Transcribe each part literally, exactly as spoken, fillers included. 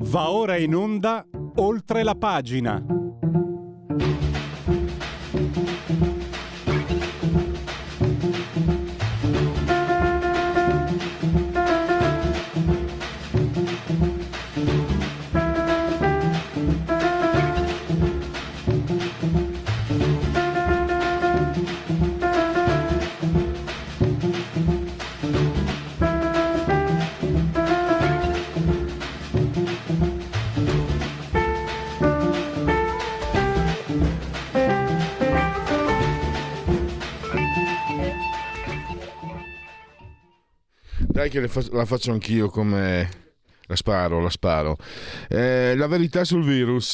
Va ora in onda Oltre la pagina. Dai che la faccio anch'io, come la sparo, la sparo. Eh, la verità sul virus.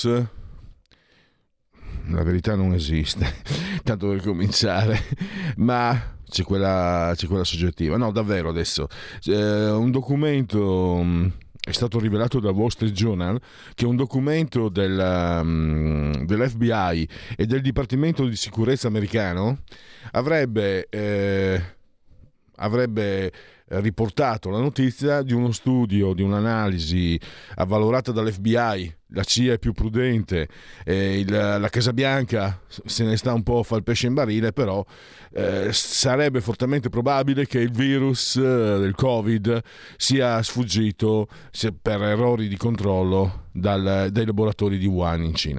La verità non esiste, tanto per cominciare, ma c'è quella, c'è quella soggettiva. No, davvero adesso. Eh, un documento è stato rivelato dal Wall Street Journal, che è un documento della, dell'F B I e del Dipartimento di Sicurezza americano avrebbe... Eh, avrebbe riportato la notizia di uno studio, di un'analisi avvalorata dall'F B I. La C I A è più prudente, eh, il, la Casa Bianca se ne sta un po' a fare il pesce in barile, però eh, sarebbe fortemente probabile che il virus eh, del Covid sia sfuggito sia per errori di controllo dal, dai laboratori di Wuhan in Cina.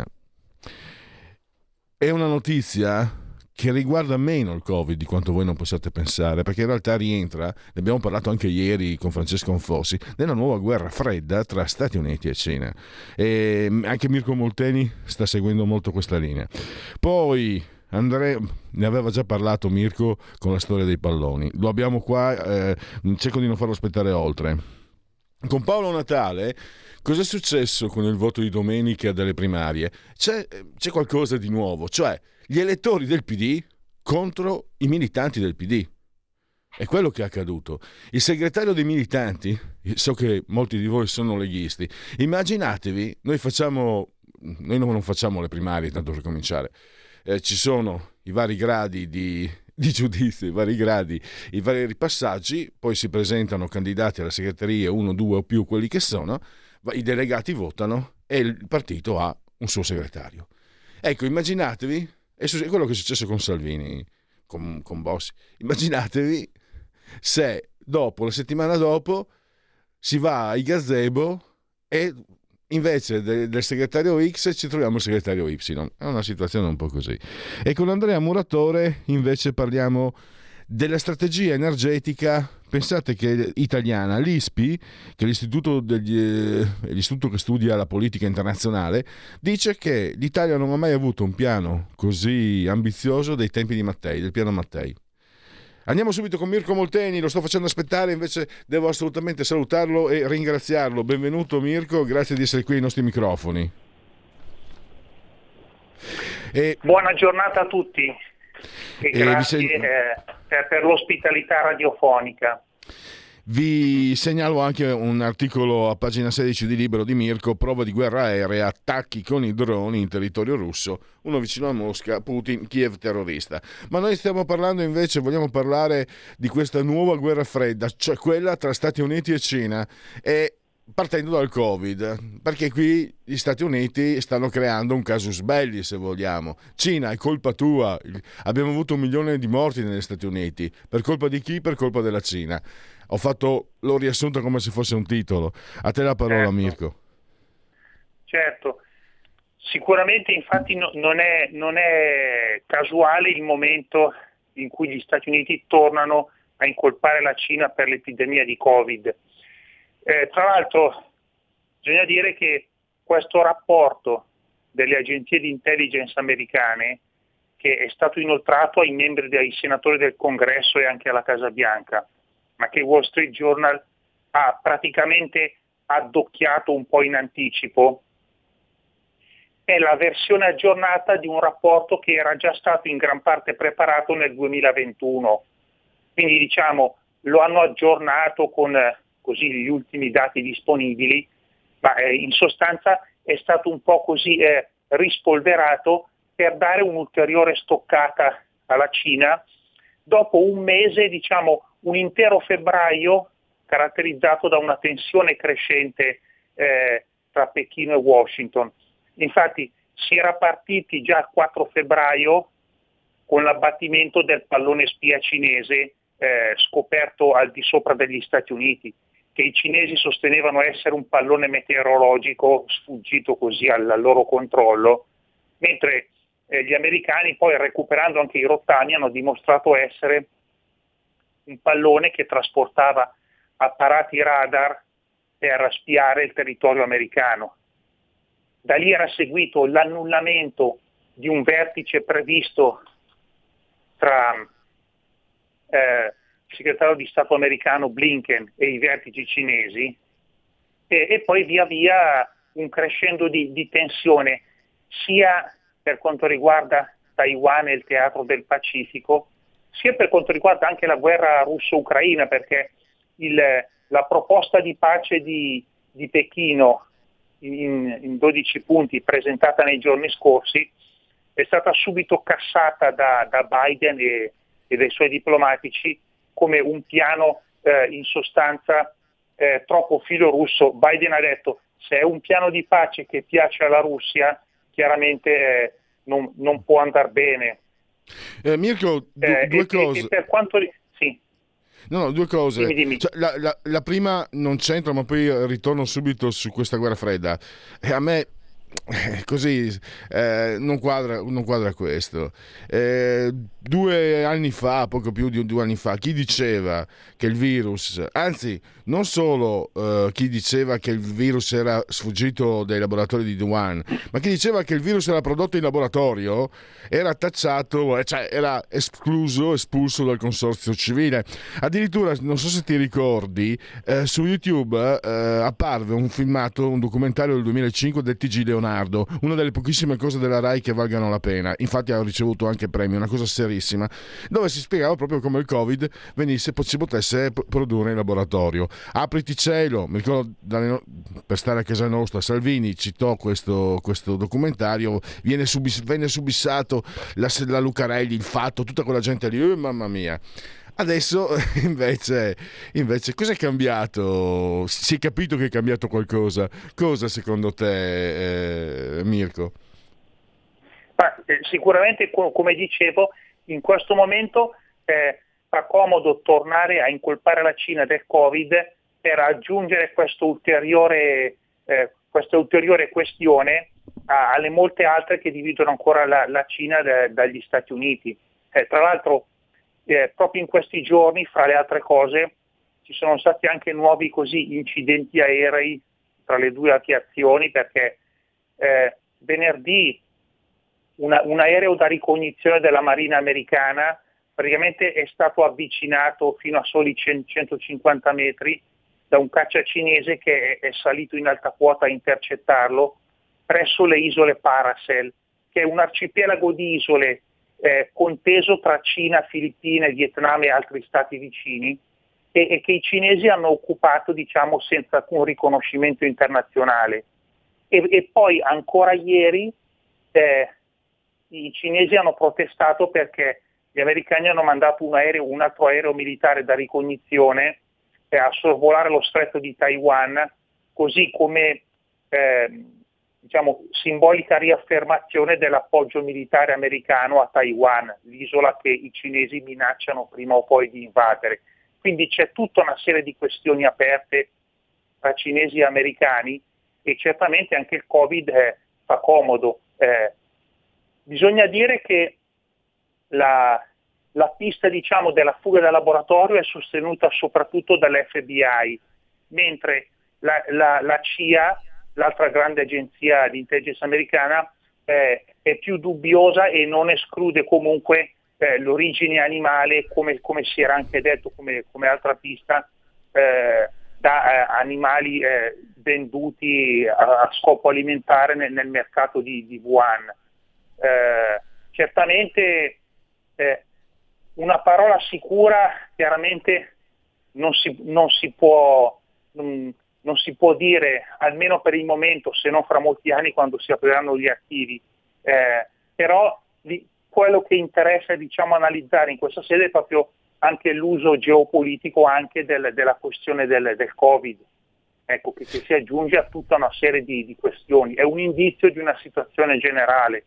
È una notizia che riguarda meno il Covid di quanto voi non possiate pensare, perché in realtà rientra, ne abbiamo parlato anche ieri con Francesco Anfossi, nella nuova guerra fredda tra Stati Uniti e Cina. E anche Mirko Molteni sta seguendo molto questa linea. Poi Andrea, ne aveva già parlato Mirko con la storia dei palloni, lo abbiamo qua, eh, cerco di non farlo aspettare oltre. Con Paolo Natale, cosa è successo con il voto di domenica delle primarie? C'è, c'è qualcosa di nuovo, cioè gli elettori del P D contro i militanti del P D. È quello che è accaduto. Il segretario dei militanti, so che molti di voi sono leghisti, immaginatevi, noi facciamo, noi non facciamo le primarie, tanto per cominciare, eh, ci sono i vari gradi di, di giudizio, i vari gradi, i vari passaggi, poi si presentano candidati alla segreteria, uno, due o più quelli che sono, i delegati votano e il partito ha un suo segretario. Ecco, immaginatevi, è quello che è successo con Salvini, con, con Bossi. Immaginatevi se dopo, la settimana dopo, si va ai gazebo e invece de, del segretario X ci troviamo il segretario Y. È una situazione un po' così. E con Andrea Muratore invece parliamo della strategia energetica, pensate che italiana, l'I S P I, che è l'istituto, degli, eh, l'istituto che studia la politica internazionale, dice che l'Italia non ha mai avuto un piano così ambizioso dei tempi di Mattei, del piano Mattei. Andiamo subito con Mirko Molteni, lo sto facendo aspettare, invece devo assolutamente salutarlo e ringraziarlo. Benvenuto Mirko, grazie di essere qui ai nostri microfoni. E... Buona giornata a tutti. E grazie seg... eh, per, per l'ospitalità radiofonica. Vi segnalo anche un articolo a pagina sedici di Libero di Mirko, prova di guerra aerea, attacchi con i droni in territorio russo, uno vicino a Mosca, Putin, Kiev terrorista. Ma noi stiamo parlando invece, vogliamo parlare di questa nuova guerra fredda, cioè quella tra Stati Uniti e Cina, e partendo dal Covid, perché qui gli Stati Uniti stanno creando un casus belli, se vogliamo. Cina, è colpa tua, abbiamo avuto un milione di morti negli Stati Uniti, per colpa di chi? Per colpa della Cina. Ho fatto, l'ho riassunto come se fosse un titolo. A te la parola, certo. Mirko. Certo, sicuramente infatti no, non, è, non è casuale il momento in cui gli Stati Uniti tornano a incolpare la Cina per l'epidemia di Covid. Eh, tra l'altro bisogna dire che questo rapporto delle agenzie di intelligence americane, che è stato inoltrato ai membri, ai senatori del Congresso e anche alla Casa Bianca, ma che Wall Street Journal ha praticamente addocchiato un po' in anticipo, è la versione aggiornata di un rapporto che era già stato in gran parte preparato nel duemilaventuno. Quindi diciamo lo hanno aggiornato con così gli ultimi dati disponibili, ma eh, in sostanza è stato un po' così eh, rispolverato per dare un'ulteriore stoccata alla Cina dopo un mese, diciamo un intero febbraio caratterizzato da una tensione crescente eh, tra Pechino e Washington. Infatti si era partiti già il quattro febbraio con l'abbattimento del pallone spia cinese eh, scoperto al di sopra degli Stati Uniti, che i cinesi sostenevano essere un pallone meteorologico sfuggito così al, al loro controllo, mentre eh, gli americani poi, recuperando anche i rottami, hanno dimostrato essere un pallone che trasportava apparati radar per spiare il territorio americano. Da lì era seguito l'annullamento di un vertice previsto tra eh, il segretario di Stato americano Blinken e i vertici cinesi, e, e poi via via un crescendo di, di tensione sia per quanto riguarda Taiwan e il teatro del Pacifico, sia per quanto riguarda anche la guerra russo-ucraina, perché il, la proposta di pace di, di Pechino in, in dodici punti presentata nei giorni scorsi è stata subito cassata da, da Biden e, e dai suoi diplomatici come un piano eh, in sostanza eh, troppo filorusso. Biden ha detto: se è un piano di pace che piace alla Russia, chiaramente eh, non, non può andare bene. Eh, Mirko, du- Eh, due e, cose. e per quanto ri- sì. No, no, due cose. Dimmi, dimmi. Cioè, la, la- la prima non c'entra, ma poi ritorno subito su questa guerra fredda. E a me eh, così eh, non quadra, non quadra questo. Eh, due anni fa, poco più di due anni fa, chi diceva che il virus, anzi, non solo eh, chi diceva che il virus era sfuggito dai laboratori di Wuhan, ma chi diceva che il virus era prodotto in laboratorio, era tacciato, cioè era escluso, espulso dal consorzio civile. Addirittura, non so se ti ricordi, eh, su YouTube eh, apparve un filmato, un documentario del duemilacinque del T G Leonardo, una delle pochissime cose della Rai che valgano la pena. Infatti ha ricevuto anche premi, una cosa serissima, dove si spiegava proprio come il Covid venisse, si potesse produrre in laboratorio. Apriti cielo, mi ricordo, per stare a casa nostra, Salvini citò questo, questo documentario, viene, subis, venne subissato la, la Lucarelli, il Fatto, tutta quella gente lì, oh, mamma mia. Adesso invece, invece cosa è cambiato? Si è capito che è cambiato qualcosa. Cosa secondo te, eh, Mirko? Ma, eh, sicuramente, co- come dicevo, in questo momento eh, fa comodo tornare a incolpare la Cina del Covid per aggiungere questo ulteriore, eh, questa ulteriore questione a, alle molte altre che dividono ancora la, la Cina da, dagli Stati Uniti. Eh, tra l'altro, Eh, proprio in questi giorni, fra le altre cose, ci sono stati anche nuovi così incidenti aerei tra le due aviazioni, perché eh, venerdì una, un aereo da ricognizione della Marina americana praticamente è stato avvicinato fino a soli centocinquanta metri da un caccia cinese che è, è salito in alta quota a intercettarlo presso le isole Paracel, che è un arcipelago di isole Eh, conteso tra Cina, Filippine, Vietnam e altri stati vicini, e, e che i cinesi hanno occupato, diciamo, senza alcun riconoscimento internazionale. E, e poi ancora ieri eh, i cinesi hanno protestato perché gli americani hanno mandato un, aereo, un altro aereo militare da ricognizione eh, a sorvolare lo stretto di Taiwan, così come eh, diciamo, simbolica riaffermazione dell'appoggio militare americano a Taiwan, l'isola che i cinesi minacciano prima o poi di invadere. Quindi c'è tutta una serie di questioni aperte tra cinesi e americani, e certamente anche il Covid eh, fa comodo. Eh, bisogna dire che la, la pista, diciamo, della fuga dal laboratorio è sostenuta soprattutto dall'F B I, mentre la, la, la C I A, l'altra grande agenzia di intelligence americana, eh, è più dubbiosa e non esclude comunque eh, l'origine animale, come, come si era anche detto come, come altra pista, eh, da eh, animali eh, venduti a, a scopo alimentare nel, nel mercato di, di Wuhan. Eh, certamente eh, una parola sicura chiaramente non si, non si può... Non, non si può dire, almeno per il momento, se non fra molti anni quando si apriranno gli archivi, eh, però di, quello che interessa, diciamo, analizzare in questa sede è proprio anche l'uso geopolitico anche del, della questione del, del Covid. ecco, che, che si aggiunge a tutta una serie di, di questioni, è un indizio di una situazione generale.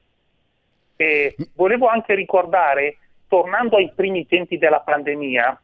E volevo anche ricordare, tornando ai primi tempi della pandemia,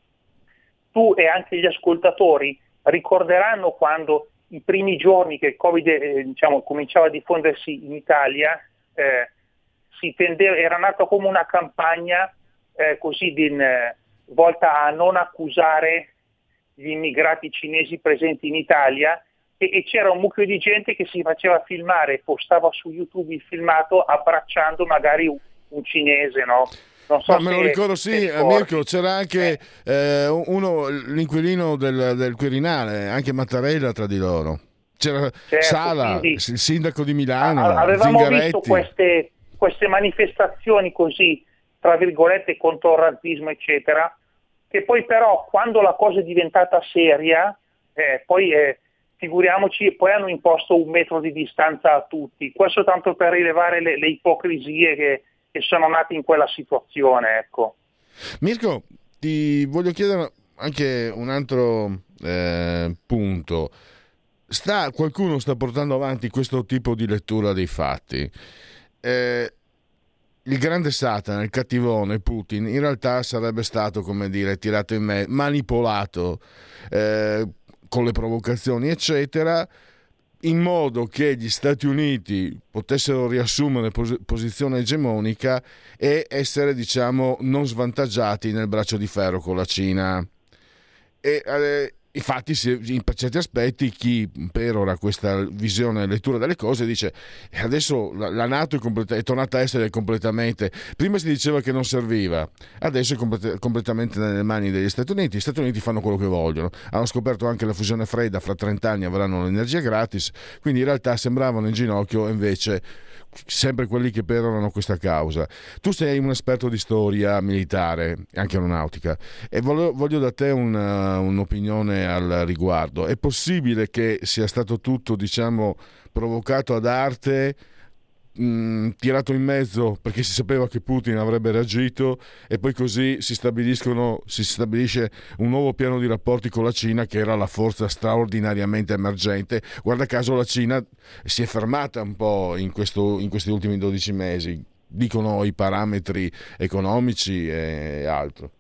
tu e anche gli ascoltatori ricorderanno quando i primi giorni che il Covid eh, diciamo, cominciava a diffondersi in Italia, eh, si tendeva, era nata come una campagna eh, così di, eh, volta a non accusare gli immigrati cinesi presenti in Italia, e, e c'era un mucchio di gente che si faceva filmare e postava su YouTube il filmato abbracciando magari un, un cinese, no? Non so. Ma me lo ricordo, sì, Mirko, c'era anche eh. Eh, uno, l'inquilino del, del Quirinale, anche Mattarella tra di loro. C'era certo, Sala, quindi, il sindaco di Milano, avevamo Zingaretti. visto queste, queste manifestazioni così, tra virgolette, contro il razzismo, eccetera, che poi però quando la cosa è diventata seria, eh, poi eh, figuriamoci, poi hanno imposto un metro di distanza a tutti. Questo tanto per rilevare le, le ipocrisie che, che sono nate in quella situazione, ecco. Mirko, ti voglio chiedere anche un altro eh, punto. Sta, qualcuno sta portando avanti questo tipo di lettura dei fatti. Eh, il grande Satana, il cattivone Putin, in realtà sarebbe stato, come dire, tirato in me, manipolato eh, con le provocazioni, eccetera, in modo che gli Stati Uniti potessero riassumere pos- posizione egemonica e essere, diciamo, non svantaggiati nel braccio di ferro con la Cina. E eh, infatti, in per certi aspetti, chi perora questa visione e lettura delle cose dice adesso la NATO è, completa- è tornata a essere completamente, prima si diceva che non serviva, adesso è complet- completamente nelle mani degli Stati Uniti. Gli Stati Uniti fanno quello che vogliono, hanno scoperto anche la fusione fredda, fra trenta anni avranno l'energia gratis, quindi in realtà sembravano in ginocchio, e invece sempre quelli che perorano questa causa. Tu sei un esperto di storia militare, anche aeronautica, e voglio, voglio da te una, un'opinione al riguardo. È possibile che sia stato tutto, diciamo, provocato ad arte, mh, tirato in mezzo perché si sapeva che Putin avrebbe reagito, e poi così si stabiliscono si stabilisce un nuovo piano di rapporti con la Cina, che era la forza straordinariamente emergente. Guarda caso la Cina si è fermata un po' in, questo, in questi ultimi dodici mesi, dicono i parametri economici e altro.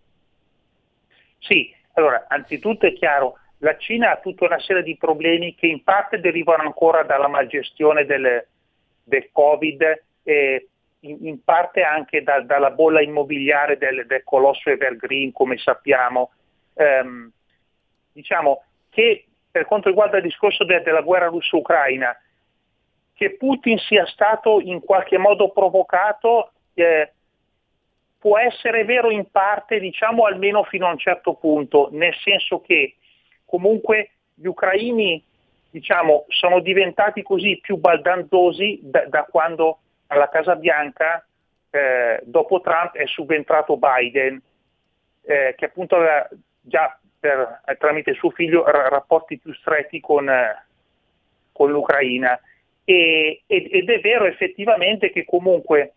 Sì, allora, anzitutto è chiaro, la Cina ha tutta una serie di problemi che in parte derivano ancora dalla malgestione del, del Covid e in, in parte anche da, dalla bolla immobiliare del, del colosso Evergreen, come sappiamo. Ehm, diciamo che per quanto riguarda il discorso de, della guerra russo-ucraina, che Putin sia stato in qualche modo provocato eh, può essere vero in parte, diciamo almeno fino a un certo punto, nel senso che comunque gli ucraini, diciamo, sono diventati così più baldanzosi da, da quando alla Casa Bianca, eh, dopo Trump, è subentrato Biden, eh, che appunto aveva già per, tramite suo figlio r- rapporti più stretti con, eh, con l'Ucraina. E, ed, ed è vero effettivamente che comunque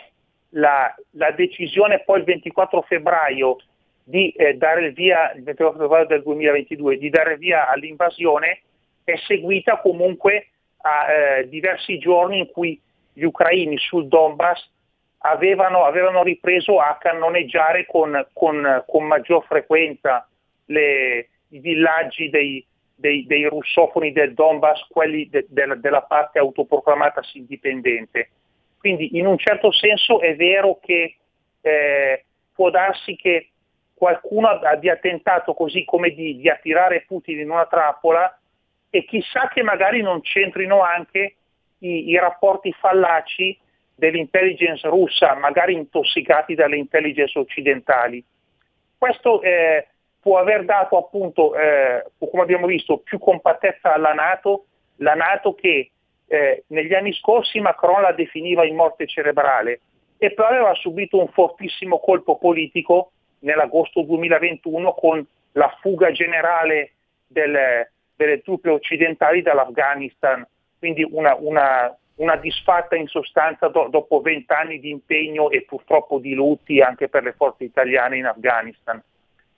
la, la decisione poi il ventiquattro febbraio di eh, dare il via, il ventiquattro febbraio del duemilaventidue, di dare via all'invasione è seguita comunque a eh, diversi giorni in cui gli ucraini sul Donbass avevano, avevano ripreso a cannoneggiare con, con, con maggior frequenza le, i villaggi dei, dei, dei russofoni del Donbass, quelli de, de, della parte autoproclamata indipendente. Quindi in un certo senso è vero che eh, può darsi che qualcuno abbia tentato così come di, di attirare Putin in una trappola, e chissà che magari non c'entrino anche i, i rapporti fallaci dell'intelligence russa, magari intossicati dalle intelligence occidentali. Questo eh, può aver dato appunto, eh, come abbiamo visto, più compattezza alla NATO, la NATO che eh, negli anni scorsi Macron la definiva in morte cerebrale, e poi aveva subito un fortissimo colpo politico nell'agosto duemilaventuno con la fuga generale del, delle truppe occidentali dall'Afghanistan, quindi una, una, una disfatta in sostanza do, dopo vent'anni di impegno e purtroppo di lutti anche per le forze italiane in Afghanistan.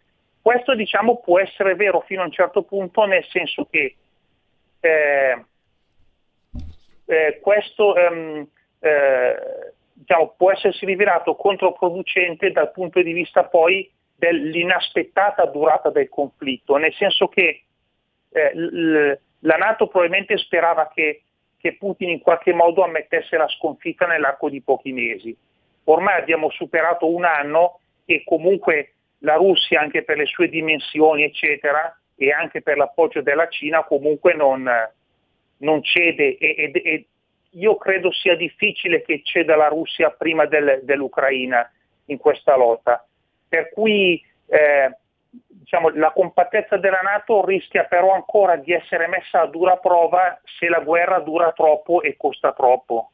questo diciamo può essere vero fino a un certo punto, nel senso che eh, eh, questo ehm, eh, diciamo, può essersi rivelato controproducente dal punto di vista poi dell'inaspettata durata del conflitto, nel senso che eh, l- la NATO probabilmente sperava che, che Putin in qualche modo ammettesse la sconfitta nell'arco di pochi mesi. Ormai abbiamo superato un anno e comunque la Russia, anche per le sue dimensioni eccetera, e anche per l'appoggio della Cina, comunque non, non cede e, e, e io credo sia difficile che ceda la Russia prima del, dell'Ucraina in questa lotta. Per cui eh, diciamo, la compattezza della NATO rischia però ancora di essere messa a dura prova se la guerra dura troppo e costa troppo.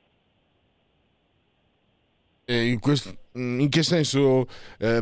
Eh, in, questo, in che senso eh,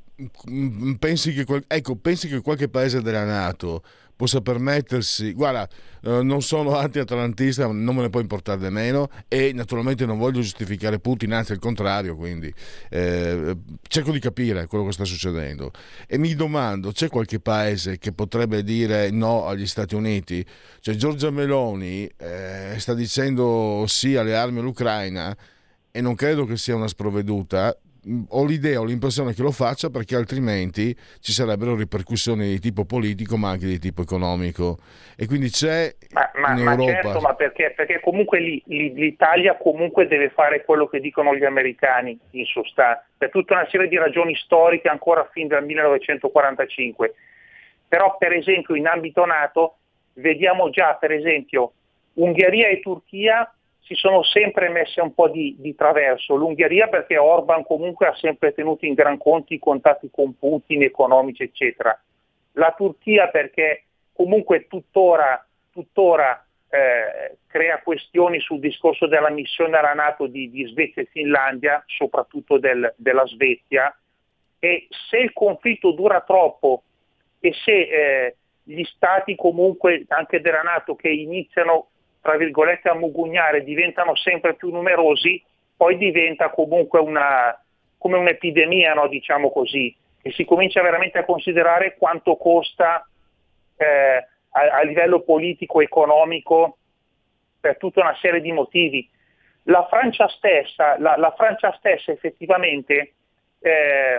pensi che qual- ecco, pensi che qualche paese della NATO possa permettersi, guarda, eh, non sono anti-atlantista, non me ne può importare nemmeno e naturalmente non voglio giustificare Putin, anzi al contrario, quindi eh, cerco di capire quello che sta succedendo e mi domando, c'è qualche paese che potrebbe dire no agli Stati Uniti? Cioè Giorgia Meloni eh, sta dicendo sì alle armi all'Ucraina e non credo che sia una sprovveduta. Ho l'idea, ho l'impressione che lo faccia perché altrimenti ci sarebbero ripercussioni di tipo politico ma anche di tipo economico e quindi c'è ma, ma, in ma Europa certo, ma perché, perché comunque lì, lì, l'Italia comunque deve fare quello che dicono gli americani in sostanza, per tutta una serie di ragioni storiche ancora fin dal millenovecentoquarantacinque. Però per esempio in ambito NATO vediamo già per esempio Ungheria e Turchia si sono sempre messe un po' di, di traverso. L'Ungheria perché Orban comunque ha sempre tenuto in gran conto i contatti con Putin, economici eccetera. La Turchia perché comunque tuttora, tuttora eh, crea questioni sul discorso della missione alla NATO di, di Svezia e Finlandia, soprattutto del, della Svezia, e se il conflitto dura troppo e se eh, gli stati comunque anche della NATO che iniziano tra virgolette a mugugnare diventano sempre più numerosi, poi diventa comunque una come un'epidemia, no? Diciamo così, e si comincia veramente a considerare quanto costa eh, a, a livello politico, economico, per tutta una serie di motivi. La Francia stessa, la, la Francia stessa effettivamente eh,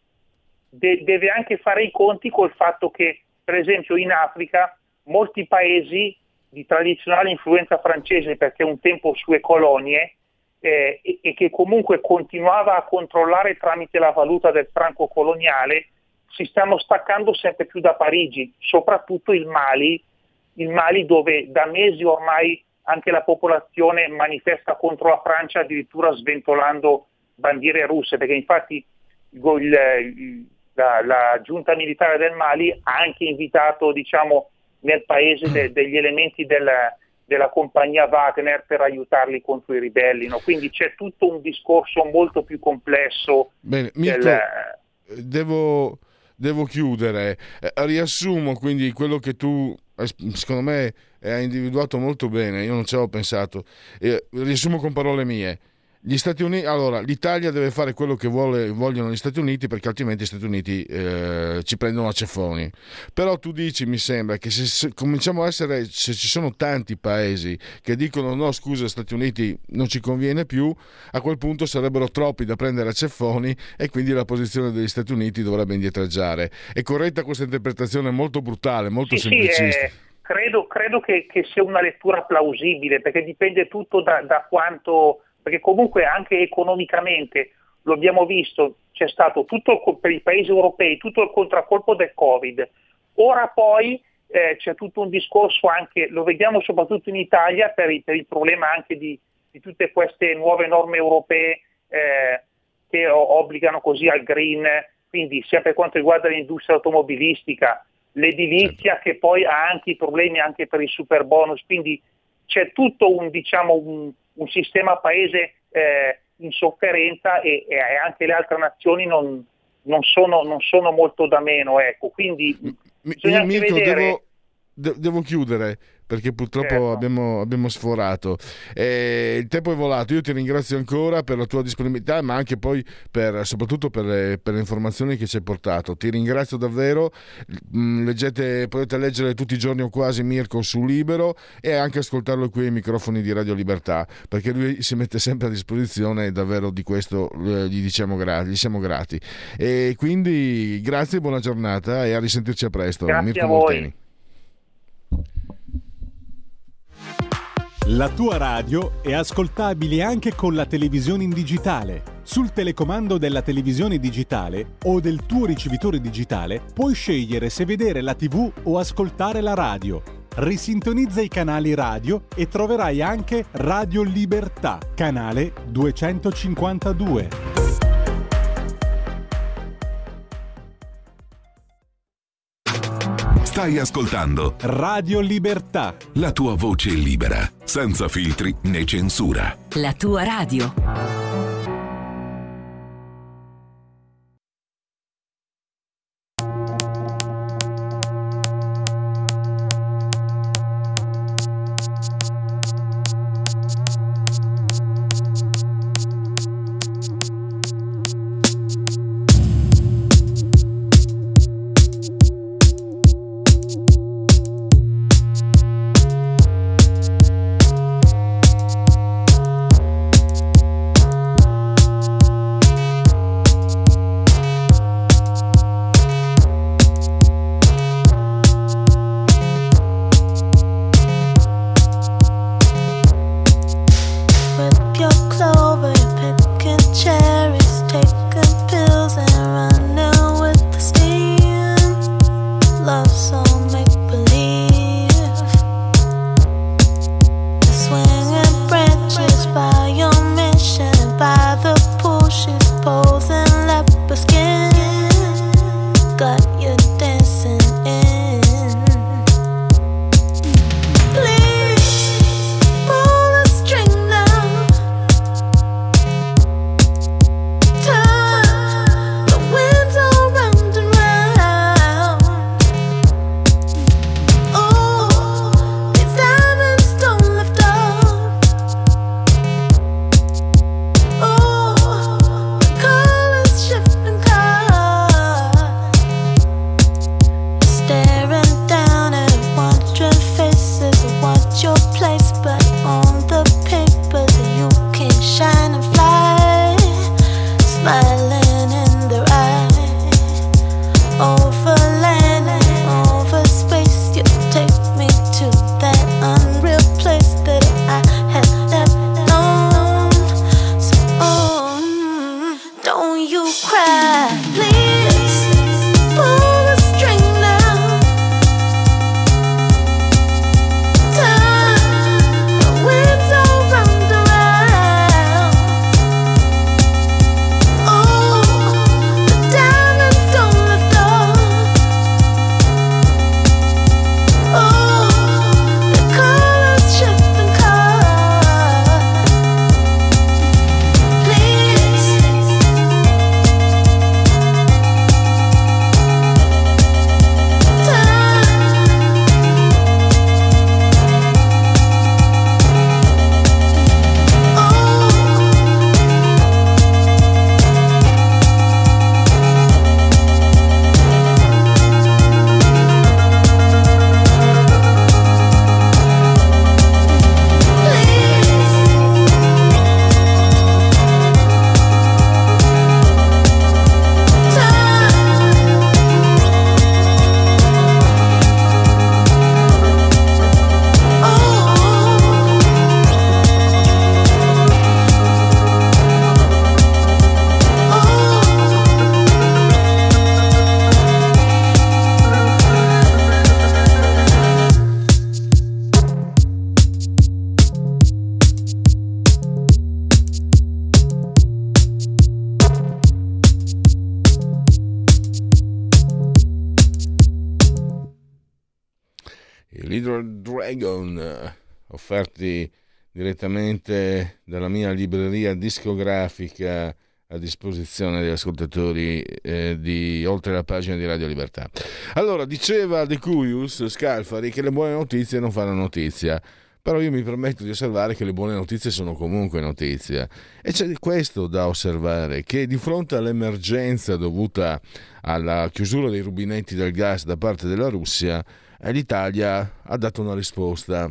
de- deve anche fare i conti col fatto che, per esempio, in Africa molti paesi di tradizionale influenza francese perché un tempo sue colonie eh, e, e che comunque continuava a controllare tramite la valuta del franco coloniale si stanno staccando sempre più da Parigi, soprattutto il Mali, il Mali dove da mesi ormai anche la popolazione manifesta contro la Francia addirittura sventolando bandiere russe, perché infatti il, il, la, la giunta militare del Mali ha anche invitato diciamo nel paese de, degli elementi della, della compagnia Wagner per aiutarli contro i ribelli, no? Quindi c'è tutto un discorso molto più complesso. Bene, Mirko, del... devo, devo chiudere. Eh, riassumo quindi quello che tu, eh, secondo me, hai individuato molto bene, io non ci avevo pensato. Eh, riassumo con parole mie. Gli Stati Uniti, allora, l'Italia deve fare quello che vuole, vogliono gli Stati Uniti perché altrimenti gli Stati Uniti eh, ci prendono a ceffoni. Però tu dici, mi sembra, che se, se cominciamo a essere, se ci sono tanti paesi che dicono no, scusa, Stati Uniti non ci conviene più, a quel punto sarebbero troppi da prendere a ceffoni e quindi la posizione degli Stati Uniti dovrebbe indietreggiare. È corretta questa interpretazione molto brutale, molto sì, semplicista? Sì, eh, credo, credo che, che sia una lettura plausibile perché dipende tutto da, da quanto... perché comunque anche economicamente lo abbiamo visto, c'è stato tutto il, per i paesi europei tutto il contraccolpo del Covid, ora poi eh, c'è tutto un discorso anche, lo vediamo soprattutto in Italia per il, per il problema anche di, di tutte queste nuove norme europee eh, che obbligano così al green, quindi sia per quanto riguarda l'industria automobilistica, l'edilizia, certo, che poi ha anche i problemi anche per il super bonus, quindi c'è tutto un diciamo un un sistema paese eh, in sofferenza e, e anche le altre nazioni non, non, sono, non sono molto da meno, ecco. Quindi Mi, bisogna Mirko, anche vedere... devo, de- devo chiudere perché purtroppo Certo. abbiamo, abbiamo sforato. Eh, il tempo è volato. Io ti ringrazio ancora per la tua disponibilità, ma anche poi per, soprattutto per le, per le informazioni che ci hai portato. Ti ringrazio davvero. Mm, leggete, potete leggere tutti i giorni o quasi Mirko su Libero e anche ascoltarlo qui ai microfoni di Radio Libertà, perché lui si mette sempre a disposizione e davvero di questo eh, gli diciamo gra- gli siamo grati. E quindi grazie, buona giornata e a risentirci a presto. Grazie Mirko a voi. Molteni. La tua radio è ascoltabile anche con la televisione in digitale. Sul telecomando della televisione digitale o del tuo ricevitore digitale puoi scegliere se vedere la tivù o ascoltare la radio. Risintonizza i canali radio e troverai anche Radio Libertà, canale duecentocinquantadue. Stai ascoltando Radio Libertà. la tua voce libera, senza filtri né censura. La tua radio. Little Dragon, offerti direttamente dalla mia libreria discografica a disposizione degli ascoltatori eh, di oltre la pagina di Radio Libertà. Allora, diceva De Cuius Scalfari che le buone notizie non fanno notizia, però io mi permetto di osservare che le buone notizie sono comunque notizia, e c'è questo da osservare, che di fronte all'emergenza dovuta alla chiusura dei rubinetti del gas da parte della Russia, eh, l'Italia ha dato una risposta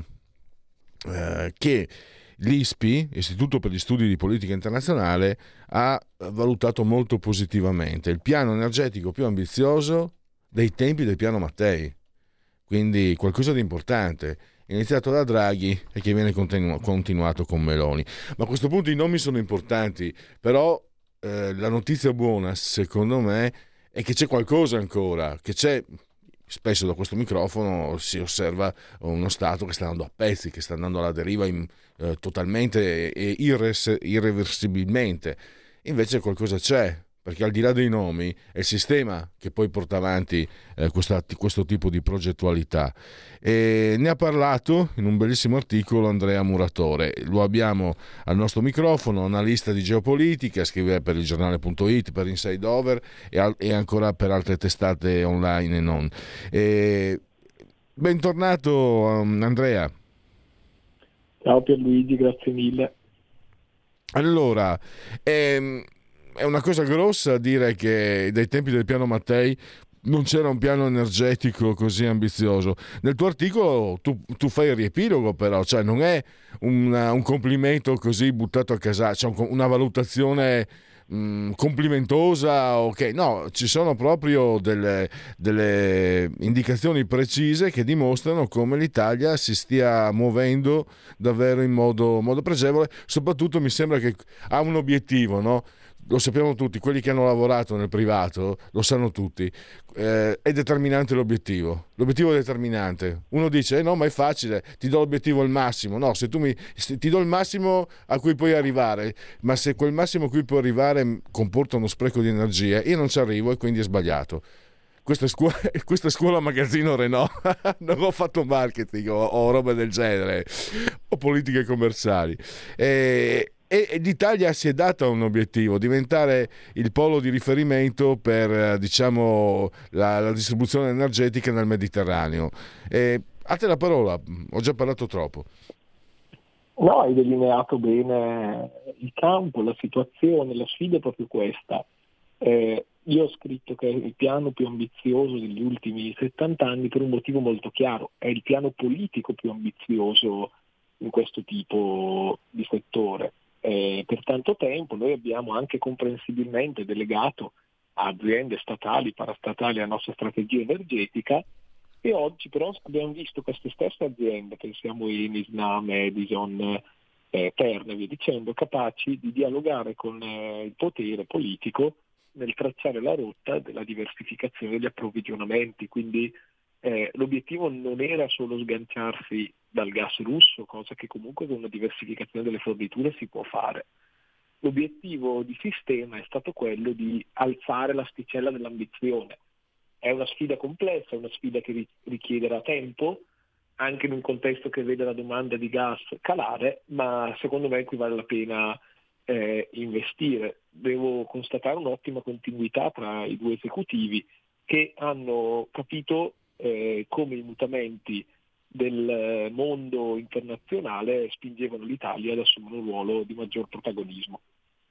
eh, che l'I S P I, Istituto per gli Studi di Politica Internazionale, ha valutato molto positivamente: il piano energetico più ambizioso dei tempi del piano Mattei, quindi qualcosa di importante, iniziato da Draghi e che viene continu- continuato con Meloni. Ma a questo punto i nomi sono importanti, però eh, la notizia buona secondo me è che c'è qualcosa ancora, che c'è. Spesso da questo microfono si osserva uno Stato che sta andando a pezzi, che sta andando alla deriva in, eh, totalmente e irres- irreversibilmente. Invece qualcosa c'è, perché al di là dei nomi è il sistema che poi porta avanti eh, questa, questo tipo di progettualità. E ne ha parlato in un bellissimo articolo Andrea Muratore. Lo abbiamo al nostro microfono, analista di geopolitica, scrive per il giornale punto it, per Inside Over e, al- e ancora per altre testate online e non. E... bentornato um, Andrea. Ciao Pierluigi, grazie mille. Allora, ehm, è una cosa grossa dire che dai tempi del piano Mattei non c'era un piano energetico così ambizioso. Nel tuo articolo tu, tu fai il riepilogo, però, cioè non è una, un complimento così buttato a casa, cioè una valutazione mh, complimentosa, ok? No, ci sono proprio delle, delle indicazioni precise che dimostrano come l'Italia si stia muovendo davvero in modo, modo pregevole. Soprattutto mi sembra che ha un obiettivo, no? Lo sappiamo tutti, quelli che hanno lavorato nel privato lo sanno tutti, eh, è determinante l'obiettivo, l'obiettivo è determinante. Uno dice, eh no, ma è facile, ti do l'obiettivo al massimo. No, se tu mi se ti do il massimo a cui puoi arrivare, ma se quel massimo a cui puoi arrivare comporta uno spreco di energia, io non ci arrivo e quindi è sbagliato. Questa è scuola, questa è scuola magazzino Renault, non ho fatto marketing o, o roba del genere, o politiche commerciali. E, E l'Italia si è data un obiettivo: diventare il polo di riferimento per, diciamo, la, la distribuzione energetica nel Mediterraneo. E, a te la parola, ho già parlato troppo. No, hai delineato bene il campo, la situazione, la sfida è proprio questa. Eh, io ho scritto che è il piano più ambizioso degli ultimi settanta anni per un motivo molto chiaro: è il piano politico più ambizioso in questo tipo di settore. Eh, per tanto tempo noi abbiamo anche comprensibilmente delegato a aziende statali, parastatali la nostra strategia energetica, e oggi però abbiamo visto queste stesse aziende, pensiamo Eni, Snam, Edison, eh, Terna e via dicendo, capaci di dialogare con eh, il potere politico nel tracciare la rotta della diversificazione degli approvvigionamenti. Quindi eh, l'obiettivo non era solo sganciarsi dal gas russo, cosa che comunque con una diversificazione delle forniture si può fare. L'obiettivo di sistema è stato quello di alzare l'asticella dell'ambizione. È una sfida complessa, è una sfida che richiederà tempo, anche in un contesto che vede la domanda di gas calare, ma secondo me qui vale la pena eh, investire. Devo constatare un'ottima continuità tra i due esecutivi che hanno capito eh, come i mutamenti del mondo internazionale spingevano l'Italia ad assumere un ruolo di maggior protagonismo.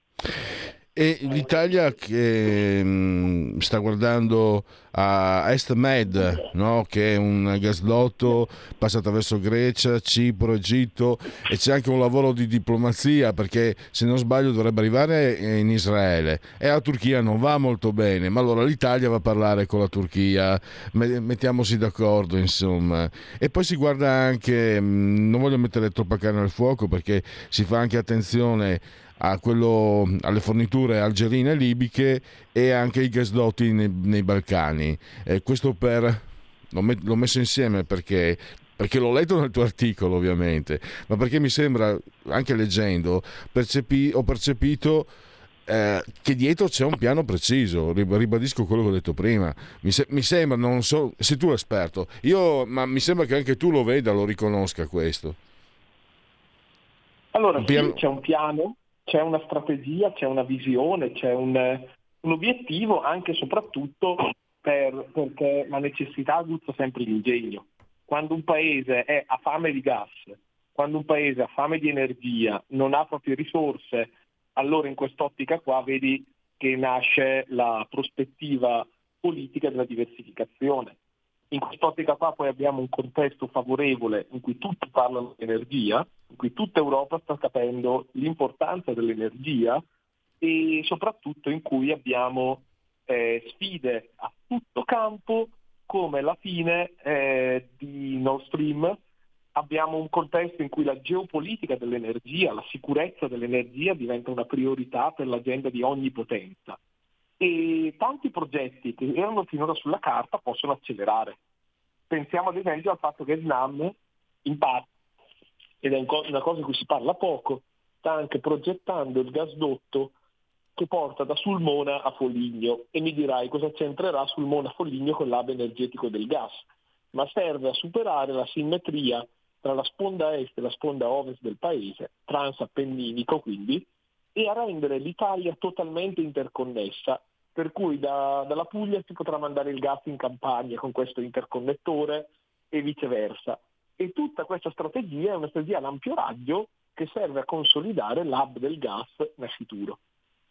E l'Italia che mh, sta guardando a EstMed, no? Che è un gasdotto, passa attraverso Grecia, Cipro, Egitto, e c'è anche un lavoro di diplomazia, perché se non sbaglio dovrebbe arrivare in Israele, e la Turchia non va molto bene, ma allora l'Italia va a parlare con la Turchia, mettiamoci d'accordo, insomma. E poi si guarda anche, mh, non voglio mettere troppa carne al fuoco, perché si fa anche attenzione a quello, alle forniture algerine e libiche e anche i gasdotti nei, nei Balcani. Eh, questo per l'ho, met, l'ho messo insieme perché perché l'ho letto nel tuo articolo, ovviamente, ma perché mi sembra, anche leggendo, percepi, ho percepito eh, che dietro c'è un piano preciso. Ribadisco quello che ho detto prima. Mi, se, mi sembra, non so, sei tu l'esperto, io, ma mi sembra che anche tu lo veda, lo riconosca questo. Allora, sì, c'è un piano. c'è una strategia, c'è una visione, c'è un, un obiettivo anche e soprattutto per, perché la necessità aguzza sempre l'ingegno. Quando un paese è a fame di gas, quando un paese ha fame di energia, non ha proprie risorse, allora in quest'ottica qua vedi che nasce la prospettiva politica della diversificazione. In quest'ottica qua poi abbiamo un contesto favorevole in cui tutti parlano di energia, in cui tutta Europa sta capendo l'importanza dell'energia e soprattutto in cui abbiamo eh, sfide a tutto campo come la fine eh, di Nord Stream. Abbiamo un contesto in cui la geopolitica dell'energia, la sicurezza dell'energia diventa una priorità per l'agenda di ogni potenza. E tanti progetti che erano finora sulla carta possono accelerare. Pensiamo ad esempio al fatto che Snam, in parte, ed è una cosa di cui si parla poco, sta anche progettando il gasdotto che porta da Sulmona a Foligno. E mi dirai cosa c'entrerà Sulmona a Foligno con l'hub energetico del gas? Ma serve a superare la simmetria tra la sponda est e la sponda ovest del paese, transappenninico quindi, e a rendere l'Italia totalmente interconnessa, per cui da, dalla Puglia si potrà mandare il gas in Campania con questo interconnettore e viceversa. E tutta questa strategia è una strategia ad ampio raggio che serve a consolidare l'hub del gas nel futuro.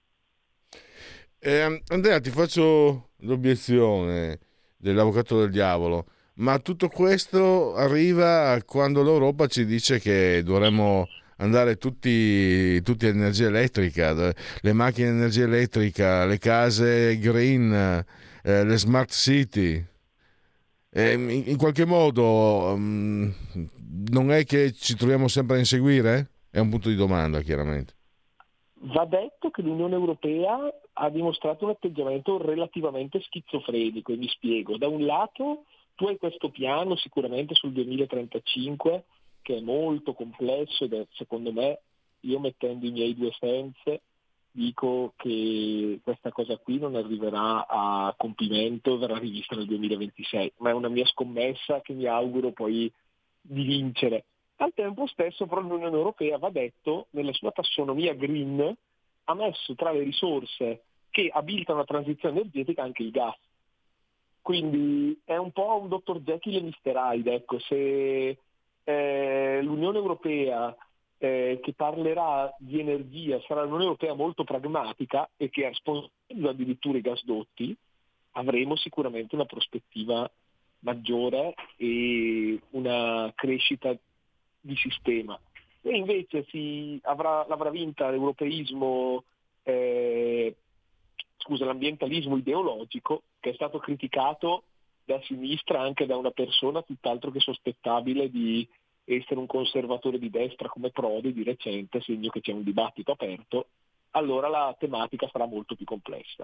Eh, Andrea, ti faccio l'obiezione dell'avvocato del diavolo, ma tutto questo arriva quando l'Europa ci dice che dovremmo andare tutti, tutti a energia elettrica, le macchine a energia elettrica, le case green, eh, le smart city. Eh, in, in qualche modo um, non è che ci troviamo sempre a inseguire? È un punto di domanda, chiaramente. Va detto che l'Unione Europea ha dimostrato un atteggiamento relativamente schizofrenico, e mi spiego. Da un lato tu hai questo piano sicuramente sul duemilatrentacinque che è molto complesso ed è, secondo me, io mettendo i miei due sense, dico che questa cosa qui non arriverà a compimento e verrà rivista nel duemilaventisei, ma è una mia scommessa che mi auguro poi di vincere. Al tempo stesso però l'Unione Europea, va detto, nella sua tassonomia green ha messo tra le risorse che abilitano la transizione energetica anche il gas. Quindi è un po' un dottor Jekyll e mister Hyde, ecco, se eh, l'Unione Europea eh, che parlerà di energia sarà l'Unione Europea molto pragmatica e che sponsorizza addirittura i gasdotti, avremo sicuramente una prospettiva maggiore e una crescita di sistema. E invece si avrà, l'avrà vinta l'europeismo, eh, scusa, l'ambientalismo ideologico, che è stato criticato da sinistra anche da una persona tutt'altro che sospettabile di essere un conservatore di destra come Prodi di recente, segno che c'è un dibattito aperto. Allora la tematica sarà molto più complessa.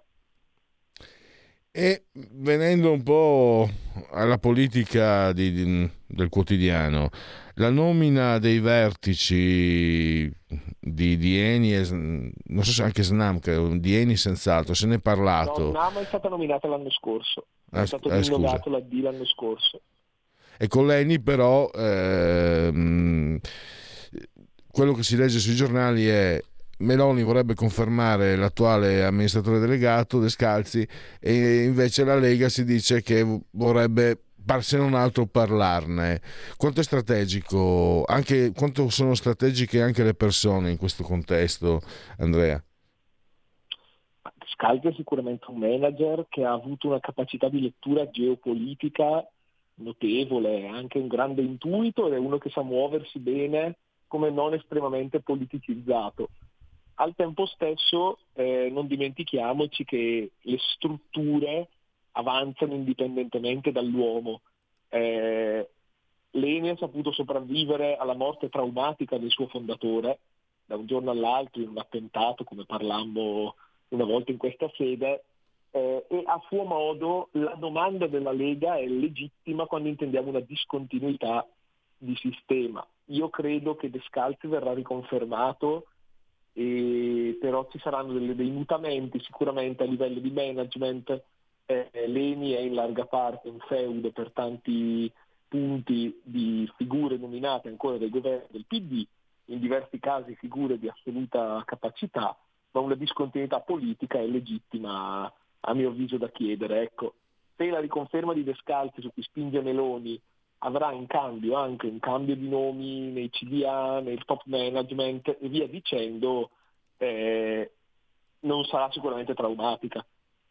E venendo un po' alla politica di, di, del quotidiano, la nomina dei vertici di, di Eni, e, non so se anche Snam, di Eni senz'altro, se ne è parlato. No, Snam è stata nominata l'anno scorso, è ah, stato eh, rinnovato l'A D l'anno scorso. E con l'Eni però ehm, quello che si legge sui giornali è Meloni vorrebbe confermare l'attuale amministratore delegato Descalzi e invece la Lega si dice che vorrebbe, se non altro, parlarne. Quanto è strategico, anche quanto sono strategiche anche le persone in questo contesto, Andrea? Descalzi è sicuramente un manager che ha avuto una capacità di lettura geopolitica notevole, anche un grande intuito ed è uno che sa muoversi bene come non estremamente politicizzato. Al tempo stesso eh, non dimentichiamoci che le strutture avanzano indipendentemente dall'uomo. Eh, L'Eni ha saputo sopravvivere alla morte traumatica del suo fondatore da un giorno all'altro in un attentato, come parlammo una volta in questa sede, eh, e a suo modo la domanda della Lega è legittima quando intendiamo una discontinuità di sistema. Io credo che Descalzi verrà riconfermato, e però ci saranno delle, dei mutamenti sicuramente a livello di management. eh, L'Eni è in larga parte un feudo per tanti punti di figure nominate ancora dai governi del P D, in diversi casi figure di assoluta capacità, ma una discontinuità politica è legittima a mio avviso da chiedere. Ecco, se la riconferma di Descalzi su cui spinge Meloni avrà in cambio anche un cambio di nomi nei C D A, nel top management e via dicendo, eh, non sarà sicuramente traumatica.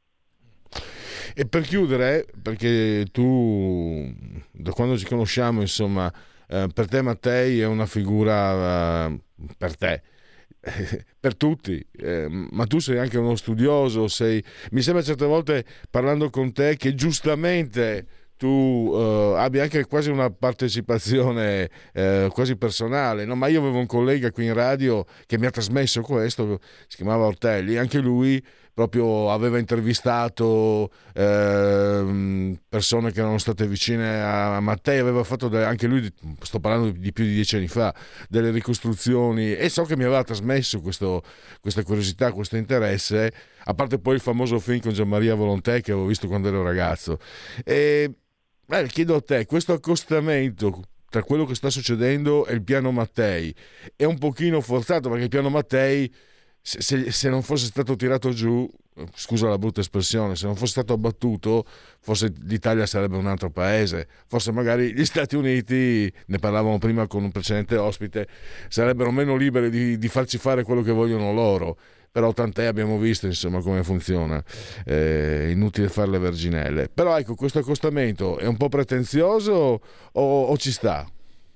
E per chiudere, perché tu da quando ci conosciamo, insomma, eh, per te Mattei è una figura, eh, per te, eh, per tutti, eh, ma tu sei anche uno studioso, sei, mi sembra certe volte parlando con te che giustamente tu uh, abbi anche quasi una partecipazione uh, quasi personale, no? Ma io avevo un collega qui in radio che mi ha trasmesso questo, si chiamava Ortelli, anche lui proprio aveva intervistato uh, persone che erano state vicine a Mattei, aveva fatto de- anche lui, sto parlando di più di dieci anni fa, delle ricostruzioni, e so che mi aveva trasmesso questo, questa curiosità, questo interesse, a parte poi il famoso film con Gianmaria Volontè che avevo visto quando ero ragazzo. E beh, chiedo a te, questo accostamento tra quello che sta succedendo e il piano Mattei è un pochino forzato, perché il piano Mattei, se, se, se non fosse stato tirato giù, scusa la brutta espressione, se non fosse stato abbattuto, forse l'Italia sarebbe un altro paese, forse magari gli Stati Uniti, ne parlavamo prima con un precedente ospite, sarebbero meno liberi di, di farci fare quello che vogliono loro. Però tant'è, abbiamo visto insomma come funziona, eh, inutile fare le verginelle. Però ecco, questo accostamento è un po' pretenzioso o, o ci sta?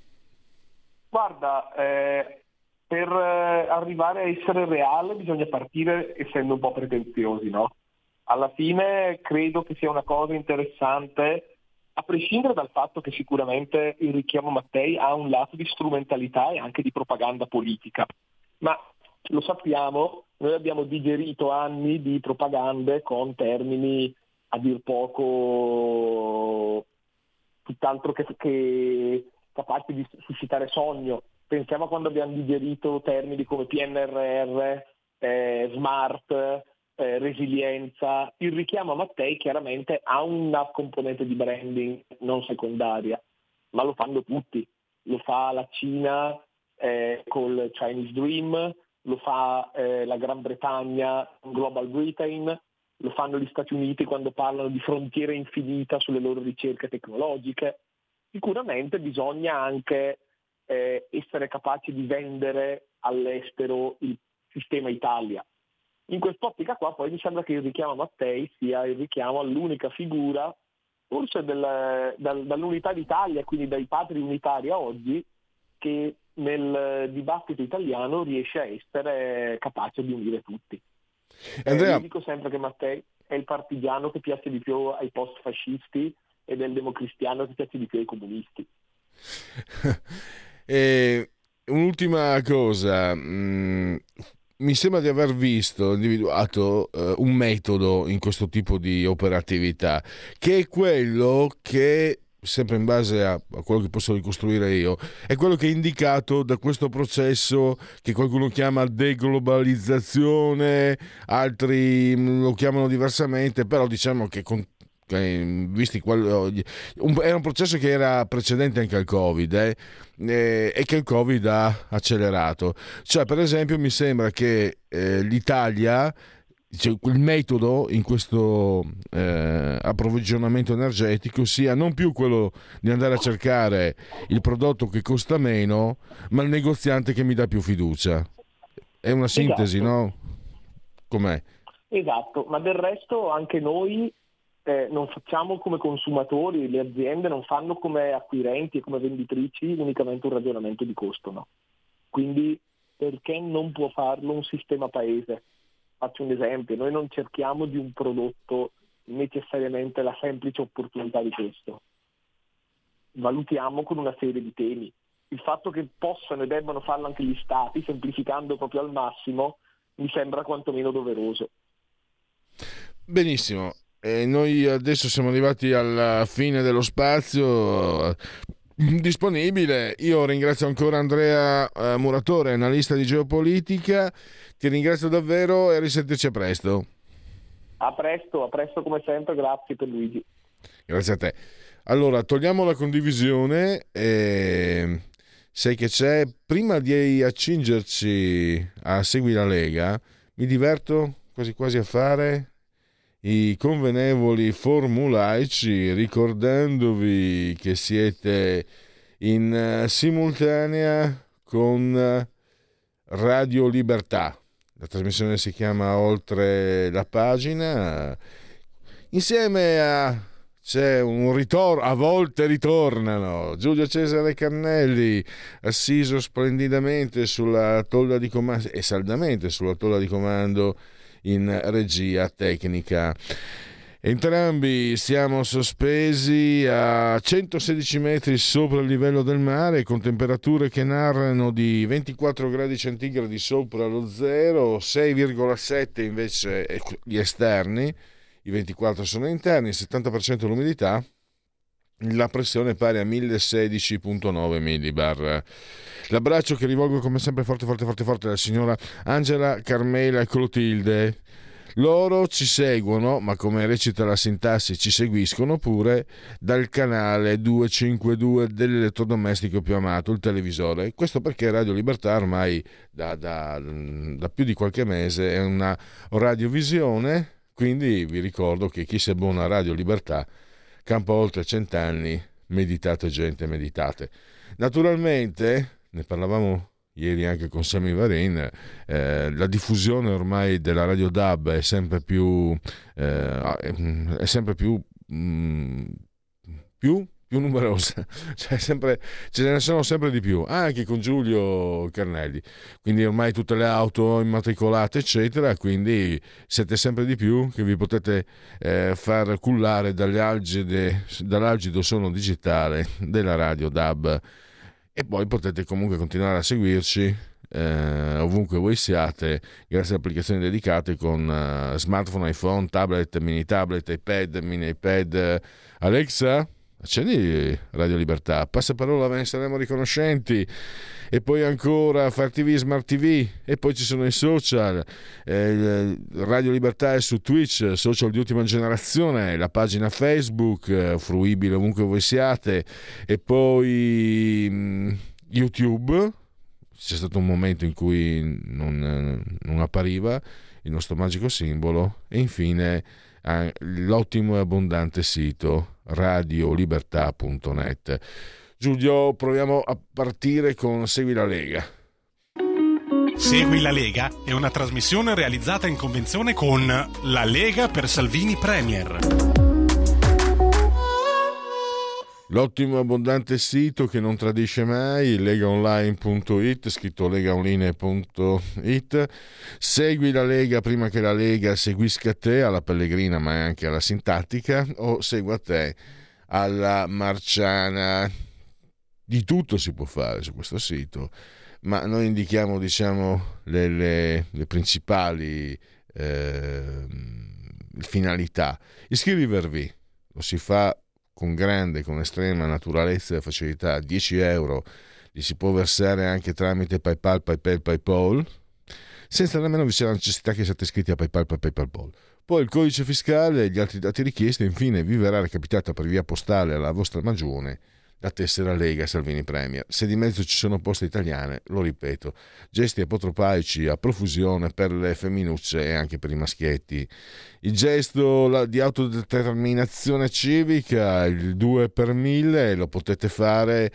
Guarda, eh, per eh, arrivare a essere reale bisogna partire essendo un po' pretenziosi, no? Alla fine credo che sia una cosa interessante, a prescindere dal fatto che sicuramente il richiamo Mattei ha un lato di strumentalità e anche di propaganda politica, ma lo sappiamo, noi abbiamo digerito anni di propagande con termini a dir poco tutt'altro che, che capaci di suscitare sogno. Pensiamo a quando abbiamo digerito termini come P N R R, eh, smart, eh, resilienza. Il richiamo a Mattei chiaramente ha una componente di branding non secondaria, ma lo fanno tutti. Lo fa la Cina eh, col Chinese Dream, lo fa eh, la Gran Bretagna, Global Britain, lo fanno gli Stati Uniti quando parlano di frontiera infinita sulle loro ricerche tecnologiche. Sicuramente bisogna anche eh, essere capaci di vendere all'estero il sistema Italia. In quest'ottica qua poi mi sembra che il richiamo a Mattei sia il richiamo all'unica figura, forse del, dal, dall'unità d'Italia, quindi dai padri unitari a oggi, che nel dibattito italiano riesce a essere capace di unire tutti. Andrea... Eh, io dico sempre che Mattei è il partigiano che piace di più ai post-fascisti ed è il democristiano che piace di più ai comunisti. E un'ultima cosa, mm, mi sembra di aver visto, individuato uh, un metodo in questo tipo di operatività, che è quello che, sempre in base a, a quello che posso ricostruire io, è quello che è indicato da questo processo che qualcuno chiama deglobalizzazione, altri lo chiamano diversamente, però diciamo che con visti quello, un, era un processo che era precedente anche al Covid eh, eh, e che il Covid ha accelerato. Cioè, per esempio, mi sembra che eh, l'Italia, cioè, il metodo in questo eh, approvvigionamento energetico sia non più quello di andare a cercare il prodotto che costa meno, ma il negoziante che mi dà più fiducia. È una sintesi, esatto. No? Com'è? Esatto, ma del resto anche noi Eh, non facciamo come consumatori, le aziende non fanno come acquirenti e come venditrici unicamente un ragionamento di costo, no? Quindi perché non può farlo un sistema paese? Faccio un esempio, noi non cerchiamo di un prodotto necessariamente la semplice opportunità di questo, valutiamo con una serie di temi. Il fatto che possano e debbano farlo anche gli stati, semplificando proprio al massimo, mi sembra quantomeno doveroso. Benissimo. E noi adesso siamo arrivati alla fine dello spazio disponibile. Io ringrazio ancora Andrea Muratore, analista di geopolitica. Ti ringrazio davvero e a risentirci a presto. A presto, a presto come sempre. Grazie per Luigi. Grazie a te. Allora, togliamo la condivisione e sai che c'è. Prima di accingerci a Segui la Lega, mi diverto quasi quasi a fare i convenevoli formulaici, ricordandovi che siete in simultanea con Radio Libertà. La trasmissione si chiama Oltre la pagina. Insieme a c'è un ritorno, a volte ritornano Giulio Cesare Carnelli, assiso splendidamente sulla tolla di comando e saldamente sulla tolla di comando in regia tecnica. Entrambi siamo sospesi a centosedici metri sopra il livello del mare, con temperature che narrano di ventiquattro gradi centigradi sopra lo zero, sei virgola sette invece gli esterni. I ventiquattro sono interni, il settanta per cento l'umidità, la pressione è pari a millesedici virgola nove millibar. L'abbraccio che rivolgo come sempre forte forte forte forte alla signora Angela, Carmela e Clotilde. Loro ci seguono, ma come recita la sintassi ci seguiscono pure dal canale duecentocinquantadue dell'elettrodomestico più amato, il televisore. Questo perché Radio Libertà ormai da, da, da più di qualche mese è una radiovisione. Quindi vi ricordo che chi si abbona a Radio Libertà campa oltre cent'anni, meditate gente, meditate. Naturalmente, ne parlavamo ieri anche con Sami Varin, eh, la diffusione ormai della Radio D A B è sempre più, eh, è sempre più, mh, più più numerosa, cioè sempre, ce ne sono sempre di più, anche con Giulio Carnelli, quindi ormai tutte le auto immatricolate eccetera, quindi siete sempre di più che vi potete eh, far cullare dalle algide, dall'algido suono digitale della radio D A B, e poi potete comunque continuare a seguirci eh, ovunque voi siate grazie a applicazioni dedicate con uh, smartphone, iPhone, tablet, mini tablet, iPad, mini iPad. Alexa, accendi Radio Libertà, passaparola, ve ne saremo riconoscenti. E poi ancora Far T V, Smart T V, e poi ci sono i social, eh, Radio Libertà è su Twitch, social di ultima generazione, la pagina Facebook eh, fruibile ovunque voi siate, e poi mh, YouTube. C'è stato un momento in cui non, non appariva il nostro magico simbolo, e infine eh, l'ottimo e abbondante sito radio libertà punto net. Giulio, proviamo a partire con Segui la Lega. Segui la Lega è una trasmissione realizzata in convenzione con La Lega per Salvini Premier. L'ottimo e abbondante sito che non tradisce mai, legaonline punto it, scritto legaonline punto it. Segui la Lega prima che la Lega seguisca te, alla pellegrina ma anche alla sintattica, o segua te alla marciana. Di tutto si può fare su questo sito, ma noi indichiamo, diciamo, le, le, le principali eh, finalità. Iscrivervi, lo si fa con grande, con estrema naturalezza e facilità. Dieci euro li si può versare anche tramite PayPal, PayPal, PayPal, senza nemmeno vi sia la necessità che siate iscritti a PayPal, PayPal, PayPal. Poi il codice fiscale e gli altri dati richiesti, e infine vi verrà recapitata per via postale alla vostra magione la tessera Lega Salvini Premier. Se di mezzo ci sono poste italiane, lo ripeto, gesti apotropaici a profusione per le femminucce e anche per i maschietti. Il gesto di autodeterminazione civica, il due per mille, lo potete fare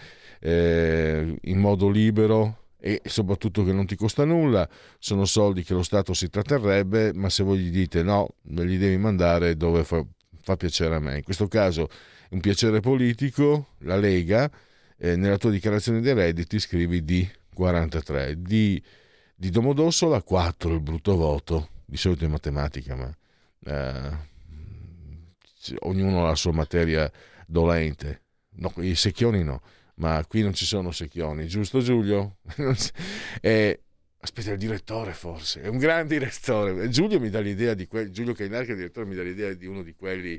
eh, in modo libero e soprattutto che non ti costa nulla. Sono soldi che lo Stato si tratterrebbe, ma se voi gli dite no, me li devi mandare dove fa, fa piacere a me. In questo caso un piacere politico, la Lega, eh, nella tua dichiarazione dei redditi scrivi D quarantatré, D di Domodossola, quattro il brutto voto, di solito in matematica, ma eh, ognuno ha la sua materia dolente, no, i secchioni no, ma qui non ci sono secchioni, giusto Giulio? eh, aspetta, il direttore forse, è un gran direttore, Giulio mi dà l'idea di que- Giulio Cainarca, il direttore, mi dà l'idea di uno di quelli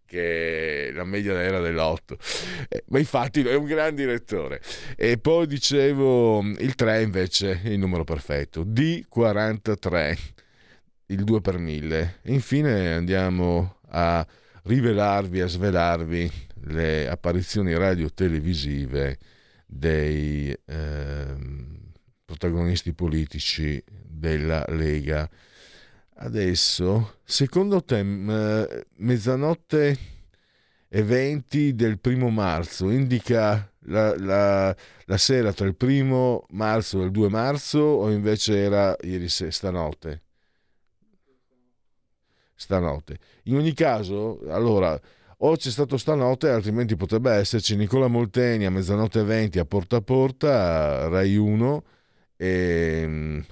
che la media era dell'otto, eh, ma infatti è un gran direttore. E poi dicevo il tre invece è il numero perfetto, D quarantatré, il due per mille. E infine andiamo a rivelarvi, a svelarvi le apparizioni radio televisive dei eh, protagonisti politici della Lega. Adesso, secondo te, eh, mezzanotte e venti del primo marzo indica la, la, la sera tra il primo marzo e il due marzo, o invece era ieri se, stanotte? Stanotte. In ogni caso, allora, o c'è stato stanotte, altrimenti potrebbe esserci Nicola Molteni a mezzanotte e venti a Porta a Porta, Rai uno, e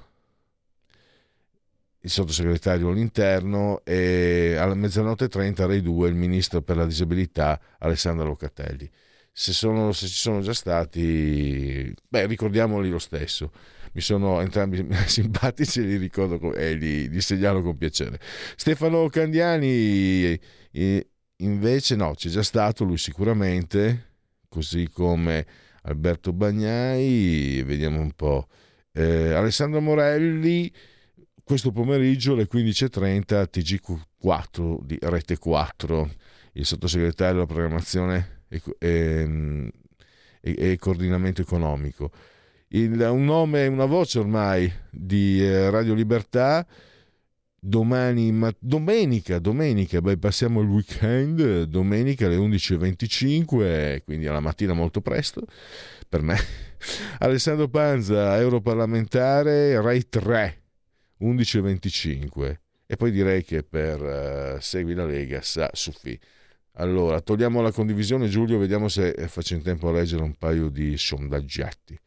il sottosegretario all'interno, e alla mezzanotte e trenta Rai due il ministro per la disabilità Alessandra Locatelli. Se, sono, se ci sono già stati, beh, ricordiamoli lo stesso. Mi sono entrambi simpatici e li ricordo e li, li segnalo con piacere. Stefano Candiani invece no, c'è già stato lui sicuramente, così come Alberto Bagnai. Vediamo un po'. Eh, Alessandro Morelli questo pomeriggio alle quindici e trenta T G quattro di Rete quattro, il sottosegretario della programmazione e, e, e, e coordinamento economico. Il, un nome, una voce ormai di eh, Radio Libertà. Domani, ma, domenica, domenica, beh, passiamo il weekend, domenica alle undici e venticinque, quindi alla mattina molto presto per me. Alessandro Panza, europarlamentare, Rai tre, undici e venticinque. E poi direi che per uh, Segui la Lega sa Suffi. Allora, togliamo la condivisione, Giulio, vediamo se faccio in tempo a leggere un paio di sondaggiati.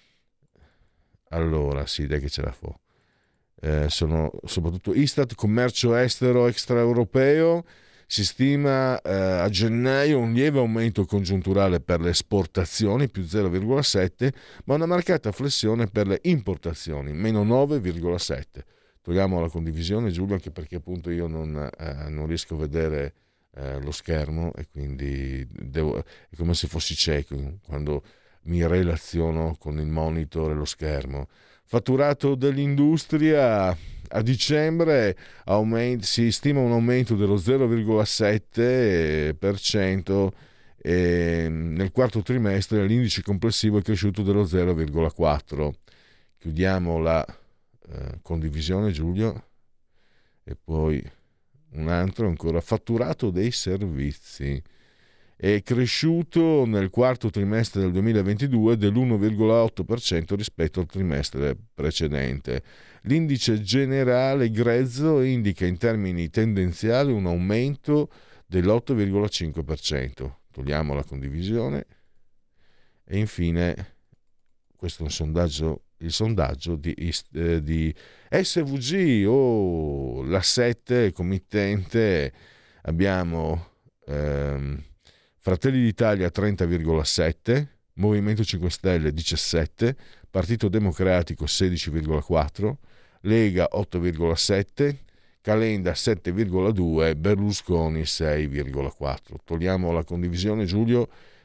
Allora, sì, dai che ce la fa. Eh, sono soprattutto Istat, commercio estero extraeuropeo, si stima eh, a gennaio un lieve aumento congiunturale per le esportazioni, più zero virgola sette, ma una marcata flessione per le importazioni, meno nove virgola sette. Togliamo la condivisione, Giulio, anche perché appunto io non, eh, non riesco a vedere eh, lo schermo e quindi devo, è come se fossi cieco quando mi relaziono con il monitor e lo schermo. Fatturato dell'industria a dicembre aumenta, si stima un aumento dello zero virgola sette per cento e nel quarto trimestre l'indice complessivo è cresciuto dello zero virgola quattro. Chiudiamo la eh, condivisione, Giulio, e poi un altro ancora. Fatturato dei servizi è cresciuto nel quarto trimestre del duemilaventidue dell'uno virgola otto per cento rispetto al trimestre precedente. L'indice generale grezzo indica in termini tendenziali un aumento dell'otto virgola cinque per cento. Togliamo la condivisione e infine questo è un sondaggio, il sondaggio di, eh, di S V G o oh, la sette committente. Abbiamo ehm, Fratelli d'Italia trenta virgola sette, Movimento cinque Stelle diciassette, Partito Democratico sedici virgola quattro, Lega otto virgola sette, Calenda sette virgola due, Berlusconi sei virgola quattro. Togliamo la condivisione, Giulio,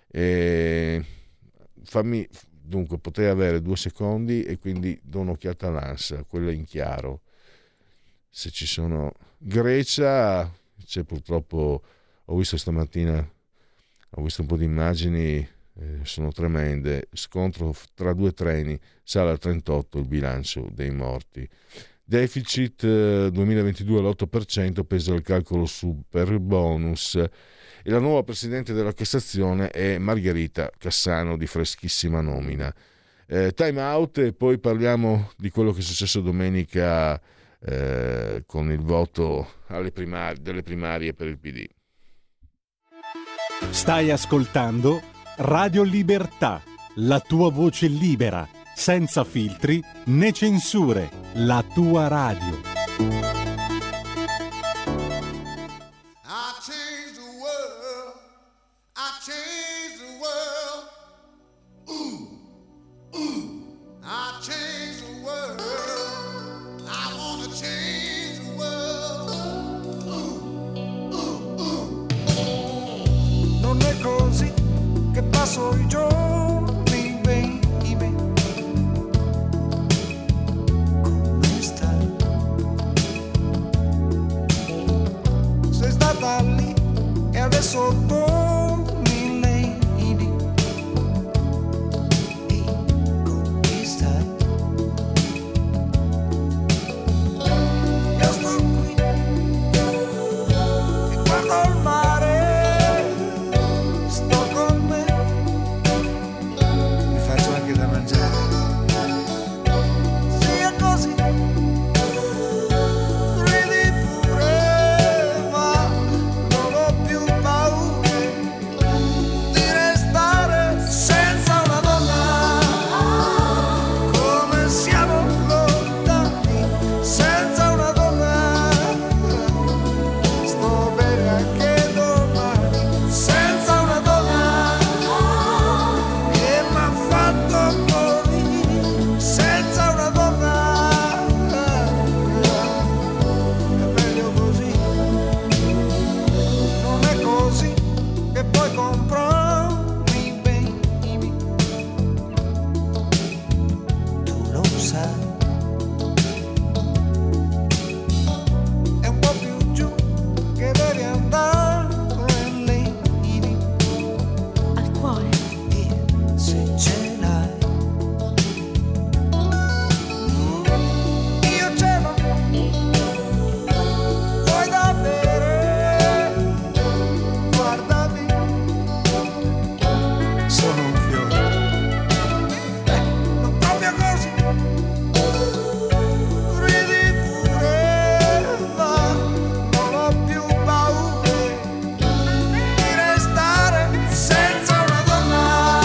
e fammi dunque potrei avere due secondi e quindi do un'occhiata all'Ansa, quella in chiaro. Se ci sono Grecia, c'è purtroppo, ho visto stamattina ho visto un po' di immagini, eh, sono tremende. Scontro tra due treni, sale a trentotto il bilancio dei morti. Deficit eh, duemilaventidue all'otto per cento, pesa il calcolo super bonus. E la nuova presidente della Cassazione è Margherita Cassano, di freschissima nomina. Eh, time out e poi parliamo di quello che è successo domenica eh, con il voto alle primar- delle primarie per il P D. Stai ascoltando Radio Libertà, la tua voce libera, senza filtri né censure, la tua radio. I changed the world, I changed the world, ooh, ooh, I changed the world, I wanna change the world, ooh, ooh, ooh. Non è così che passo i giorni, baby. Come stai? Sei stata lì e adesso torni, lady. comprarmi, baby, tu lo sai. È un po' più giù che devi andare, lady, Al cuore. e se ce l'hai. Io ce l'ho, vuoi da bere? Guardami, sono un fiore. Eh, non proprio così. Ridi pure, ma non ho più paura di restare senza una donna.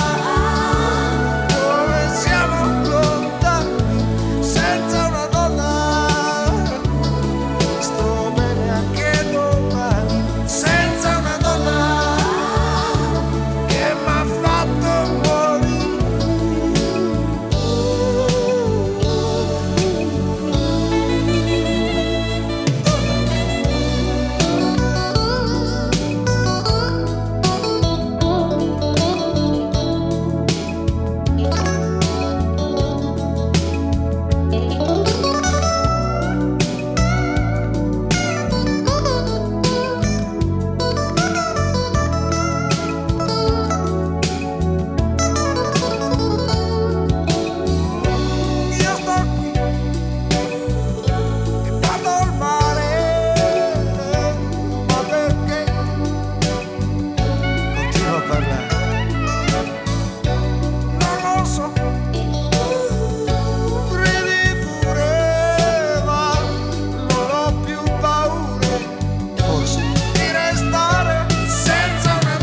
Come siamo lontani senza una donna. Sto bene anche domani senza una donna che m'ha fatto morire. Io sto qui e guardo il mare, ma perché continuo a parlare? Non lo so. Ridi pure, ma non ho più paura, forse, di restare senza una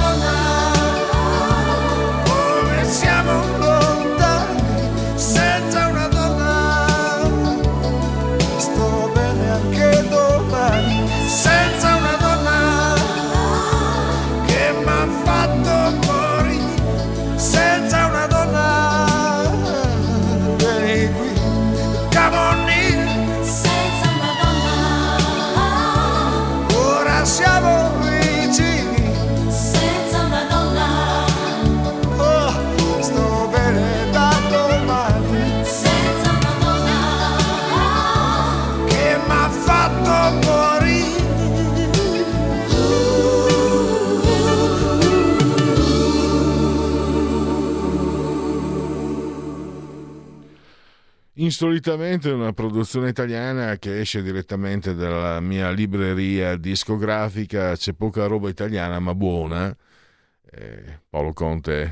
donna. Come siamo lontani senza una donna. Sto bene anche domani senza una donna che m'ha fatto morire. Senza una donna. Vieni qui, come on in. Senza una donna. Ora siamo vicini. Senza una donna. Oh, sto bene da domani Senza una donna. che m'ha fatto morire. Insolitamente una produzione italiana che esce direttamente dalla mia libreria discografica. C'è poca roba italiana ma buona. Eh, Paolo Conte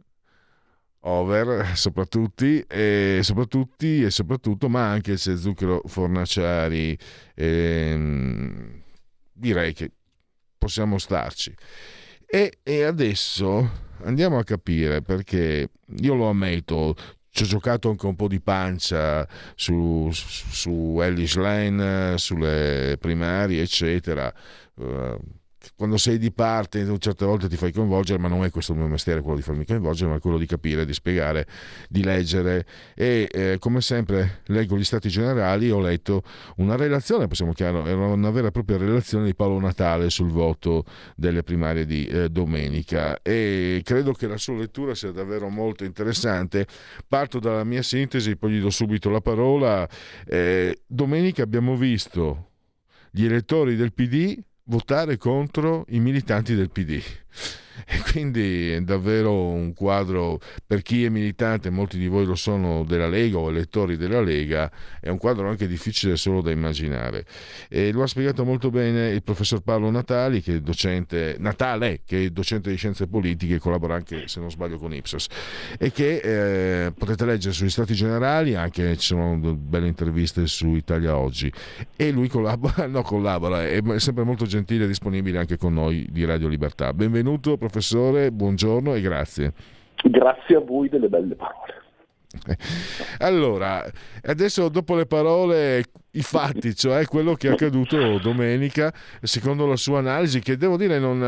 over soprattutto e soprattutto e soprattutto ma anche c'è Zucchero Fornaciari. Ehm, direi che possiamo starci e, e adesso andiamo a capire, perché io lo ammetto, ci ho giocato anche un po' di pancia su, su, su Ellis Lane, sulle primarie eccetera. Uh, quando sei di parte certe volte ti fai coinvolgere, ma non è questo il mio mestiere, quello di farmi coinvolgere, ma è quello di capire, di spiegare, di leggere. E eh, come sempre leggo gli stati generali. Ho letto una relazione, possiamo chiamare, era una vera e propria relazione di Paolo Natale sul voto delle primarie di eh, domenica, e credo che la sua lettura sia davvero molto interessante. Parto dalla mia sintesi, poi gli do subito la parola. Eh, domenica abbiamo visto gli elettori del P D votare contro i militanti del P D, e quindi è davvero un quadro, per chi è militante, molti di voi lo sono, della Lega o elettori della Lega, è un quadro anche difficile solo da immaginare. E lo ha spiegato molto bene il professor Paolo Natali, che è docente Natale, che è docente di scienze politiche e collabora anche, se non sbaglio, con Ipsos, e che eh, potete leggere sugli Stati Generali, anche ci sono belle interviste su Italia Oggi, e lui collabora, no collabora, è sempre molto gentile e disponibile anche con noi di Radio Libertà. Benvenuto professore, buongiorno e grazie. Grazie a voi delle belle parole. Allora, adesso dopo le parole, i fatti, cioè quello che è accaduto domenica, secondo la sua analisi, che devo dire non,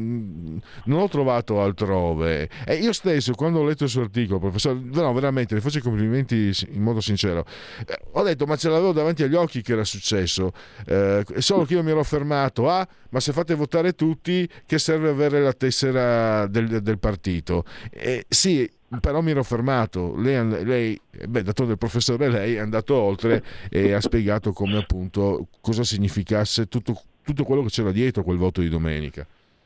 non ho trovato altrove. E io stesso, quando ho letto il suo articolo, professore, no, veramente, le faccio i complimenti in modo sincero, eh, ho detto, ma ce l'avevo davanti agli occhi che era successo, eh, solo che io mi ero fermato, ah, ma se fate votare tutti, che serve avere la tessera del, del partito? Eh, sì, però mi ero fermato. Lei, lei beh, dato del professore, lei è andato oltre e ha spiegato come appunto cosa significasse tutto, tutto quello che c'era dietro quel voto di domenica.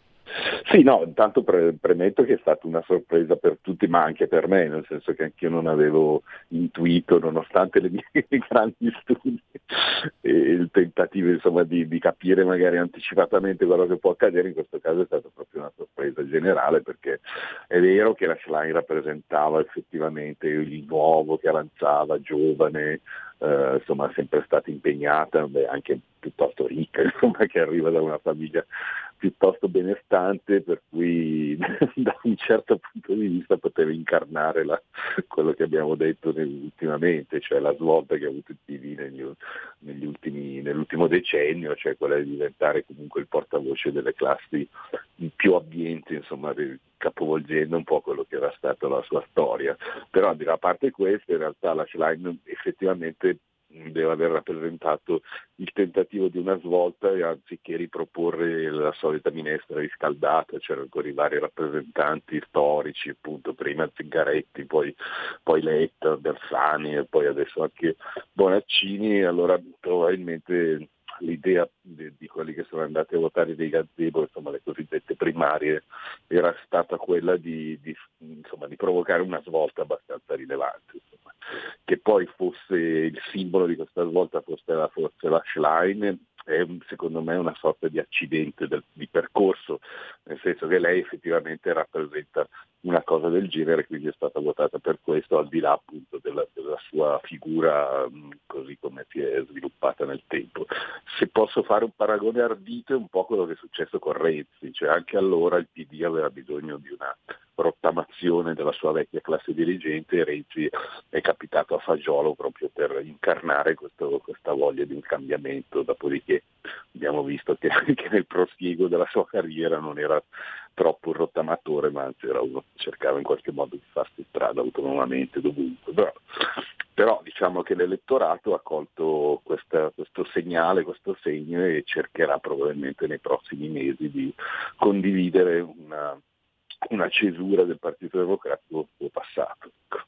Sì, no, intanto pre- premetto che è stata una sorpresa per tutti, ma anche per me, nel senso che anch'io non avevo intuito, nonostante le mie grandi studi e il tentativo insomma di, di capire magari anticipatamente quello che può accadere. In questo caso è stata proprio una sorpresa generale, perché è vero che la Schlein rappresentava effettivamente il nuovo che avanzava, giovane, eh, insomma sempre stata impegnata, beh, anche piuttosto ricca, insomma, che arriva da una famiglia piuttosto benestante, per cui da un certo punto di vista poteva incarnare la, quello che abbiamo detto ultimamente, cioè la svolta che ha avuto il P D negli, negli ultimi, nell'ultimo decennio, cioè quella di diventare comunque il portavoce delle classi più abbienti, insomma, capovolgendo un po' quello che era stata la sua storia. Però a parte questo, in realtà la Schlein effettivamente deve aver rappresentato il tentativo di una svolta, e anziché riproporre la solita minestra riscaldata, c'erano ancora i vari rappresentanti storici, appunto prima Zingaretti, poi, poi Letta, Bersani e poi adesso anche Bonaccini. Allora probabilmente l'idea di, di quelli che sono andati a votare dei gazebo, insomma le cosiddette primarie, era stata quella di, di, insomma, di provocare una svolta abbastanza rilevante, insomma. Che poi fosse il simbolo di questa svolta fosse la, fosse la Schlein è secondo me una sorta di accidente del, di percorso, nel senso che lei effettivamente rappresenta una cosa del genere, quindi è stata votata per questo, al di là appunto della, della sua figura mh, così come si è sviluppata nel tempo. Se posso fare un paragone ardito, è un po' quello che è successo con Renzi, cioè anche allora il P D aveva bisogno di una rottamazione della sua vecchia classe dirigente, e Renzi è capitato a fagiolo proprio per incarnare questo, questa voglia di un cambiamento. Dopodiché abbiamo visto che anche nel prosieguo della sua carriera non era troppo un rottamatore, ma anzi era uno che cercava in qualche modo di farsi strada autonomamente dovunque. Però, però diciamo che l'elettorato ha colto questa, questo segnale, questo segno, e cercherà probabilmente nei prossimi mesi di condividere una una cesura del Partito Democratico passato.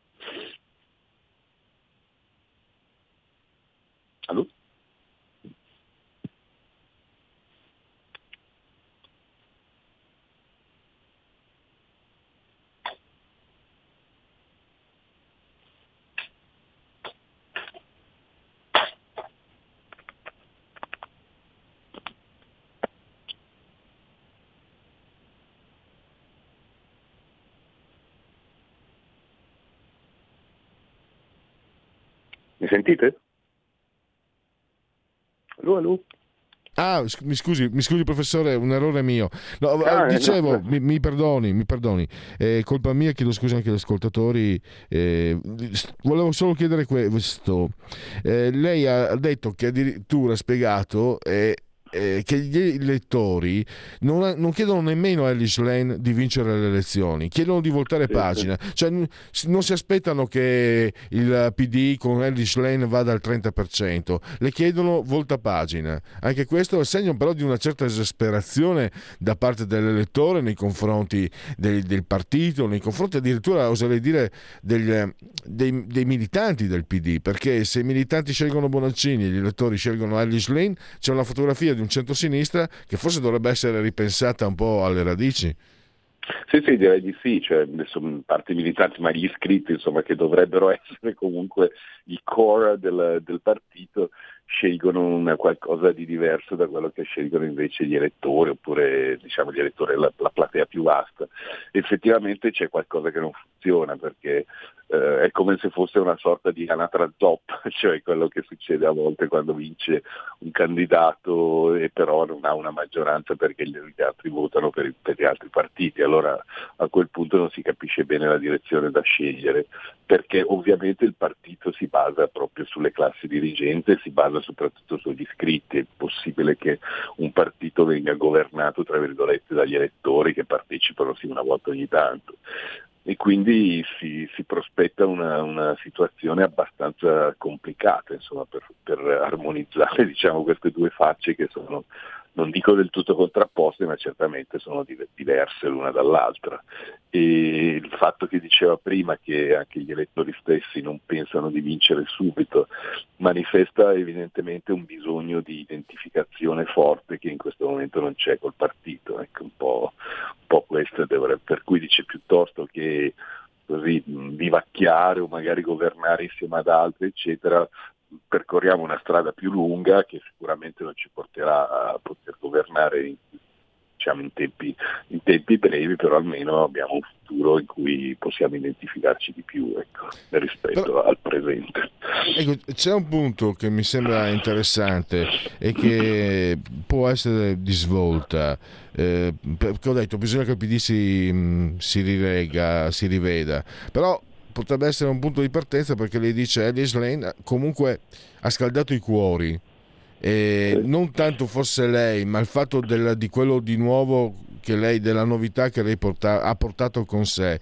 Allora? Mi sentite? Allo, allo? Ah, mi scusi, mi scusi professore, un errore mio. No, Ah, dicevo, no. mi, mi perdoni, mi perdoni. È colpa mia, chiedo scusa anche agli ascoltatori. Eh, volevo solo chiedere questo. Eh, lei ha detto che addirittura ha spiegato eh, eh, che gli elettori non, non chiedono nemmeno a Ellis Lane di vincere le elezioni, chiedono di voltare Sì, pagina. Cioè, non si aspettano che il P D con Ellis Lane vada al trenta per cento, le chiedono volta pagina. Anche questo è il segno però di una certa esasperazione da parte dell'elettore nei confronti del, del partito, nei confronti addirittura, oserei dire, degli, dei, dei militanti del P D, perché se i militanti scelgono Bonaccini e gli elettori scelgono Ellis Lane, c'è una fotografia di un centrosinistra che forse dovrebbe essere ripensata un po' alle radici. Sì, sì, direi di sì, cioè, sono parti militanti, ma gli iscritti, insomma, che dovrebbero essere comunque il core del, del partito, scelgono una qualcosa di diverso da quello che scelgono invece gli elettori, oppure diciamo gli elettori, la, la platea più vasta. Effettivamente c'è qualcosa che non funziona, perché eh, è come se fosse una sorta di anatra zoppa, cioè quello che succede a volte quando vince un candidato e però non ha una maggioranza perché gli altri votano per, per gli altri partiti. Allora a quel punto non si capisce bene la direzione da scegliere, perché ovviamente il partito si basa proprio sulle classi dirigenti, si basa soprattutto sugli iscritti. È possibile che un partito venga governato tra virgolette dagli elettori che partecipano sì una volta ogni tanto, e quindi si, si prospetta una, una situazione abbastanza complicata, insomma, per, per armonizzare, diciamo, queste due facce che sono, non dico del tutto contrapposte, ma certamente sono diverse l'una dall'altra. E il fatto che diceva prima che anche gli elettori stessi non pensano di vincere subito manifesta evidentemente un bisogno di identificazione forte che in questo momento non c'è col partito. Ecco, un po', un po' questo dovrebbe, per cui dice piuttosto che così vivacchiare o magari governare insieme ad altri, eccetera, percorriamo una strada più lunga che sicuramente non ci porterà a poter governare in, diciamo, in, tempi, in tempi brevi, però almeno abbiamo un futuro in cui possiamo identificarci di più, ecco, rispetto però, al presente. Ecco, c'è un punto che mi sembra interessante e che può essere di svolta, eh, perché ho detto bisogna che il P D si, si rilega, si riveda, però potrebbe essere un punto di partenza, perché lei dice Ellis Lane comunque ha scaldato i cuori, e non tanto forse lei, ma il fatto del, di quello di nuovo che lei, della novità che lei porta, ha portato con sé.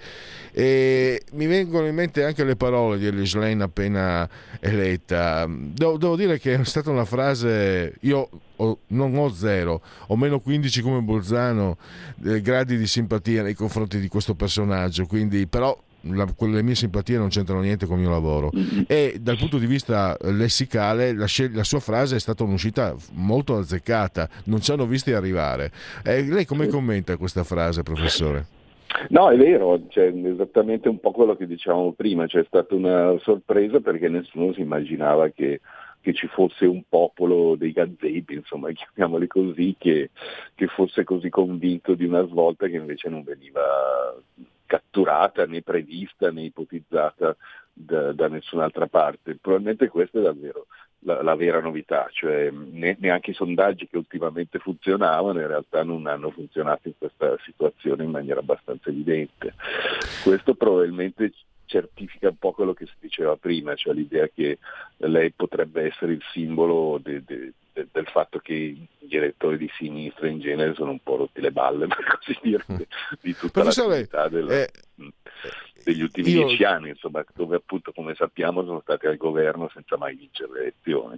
E mi vengono in mente anche le parole di Ellis Lane appena eletta. Devo, devo dire che è stata una frase, io ho, non ho zero, ho meno quindici come Bolzano eh, gradi di simpatia nei confronti di questo personaggio, quindi però La, le mie simpatie non c'entrano niente con il mio lavoro, mm-hmm. E dal punto di vista lessicale la, scel- la sua frase è stata un'uscita molto azzeccata, non ci hanno visti arrivare. Eh, lei come commenta questa frase, professore? No, è vero, cioè, esattamente un po' quello che dicevamo prima, c'è stata una sorpresa perché nessuno si immaginava che che ci fosse un popolo dei gazebi, insomma, chiamiamoli così, che, che fosse così convinto di una svolta che invece non veniva catturata, né prevista, né ipotizzata da, da nessun'altra parte. Probabilmente questa è davvero la, la vera novità, cioè ne, neanche i sondaggi che ultimamente funzionavano in realtà non hanno funzionato in questa situazione in maniera abbastanza evidente. Questo probabilmente certifica un po' quello che si diceva prima, cioè l'idea che lei potrebbe essere il simbolo de, de, de, del fatto che gli elettori di sinistra in genere sono un po' rotti le balle, per così dire, di tutta l'attività del, eh, degli ultimi io... dieci anni, insomma, dove appunto, come sappiamo, sono stati al governo senza mai vincere le elezioni.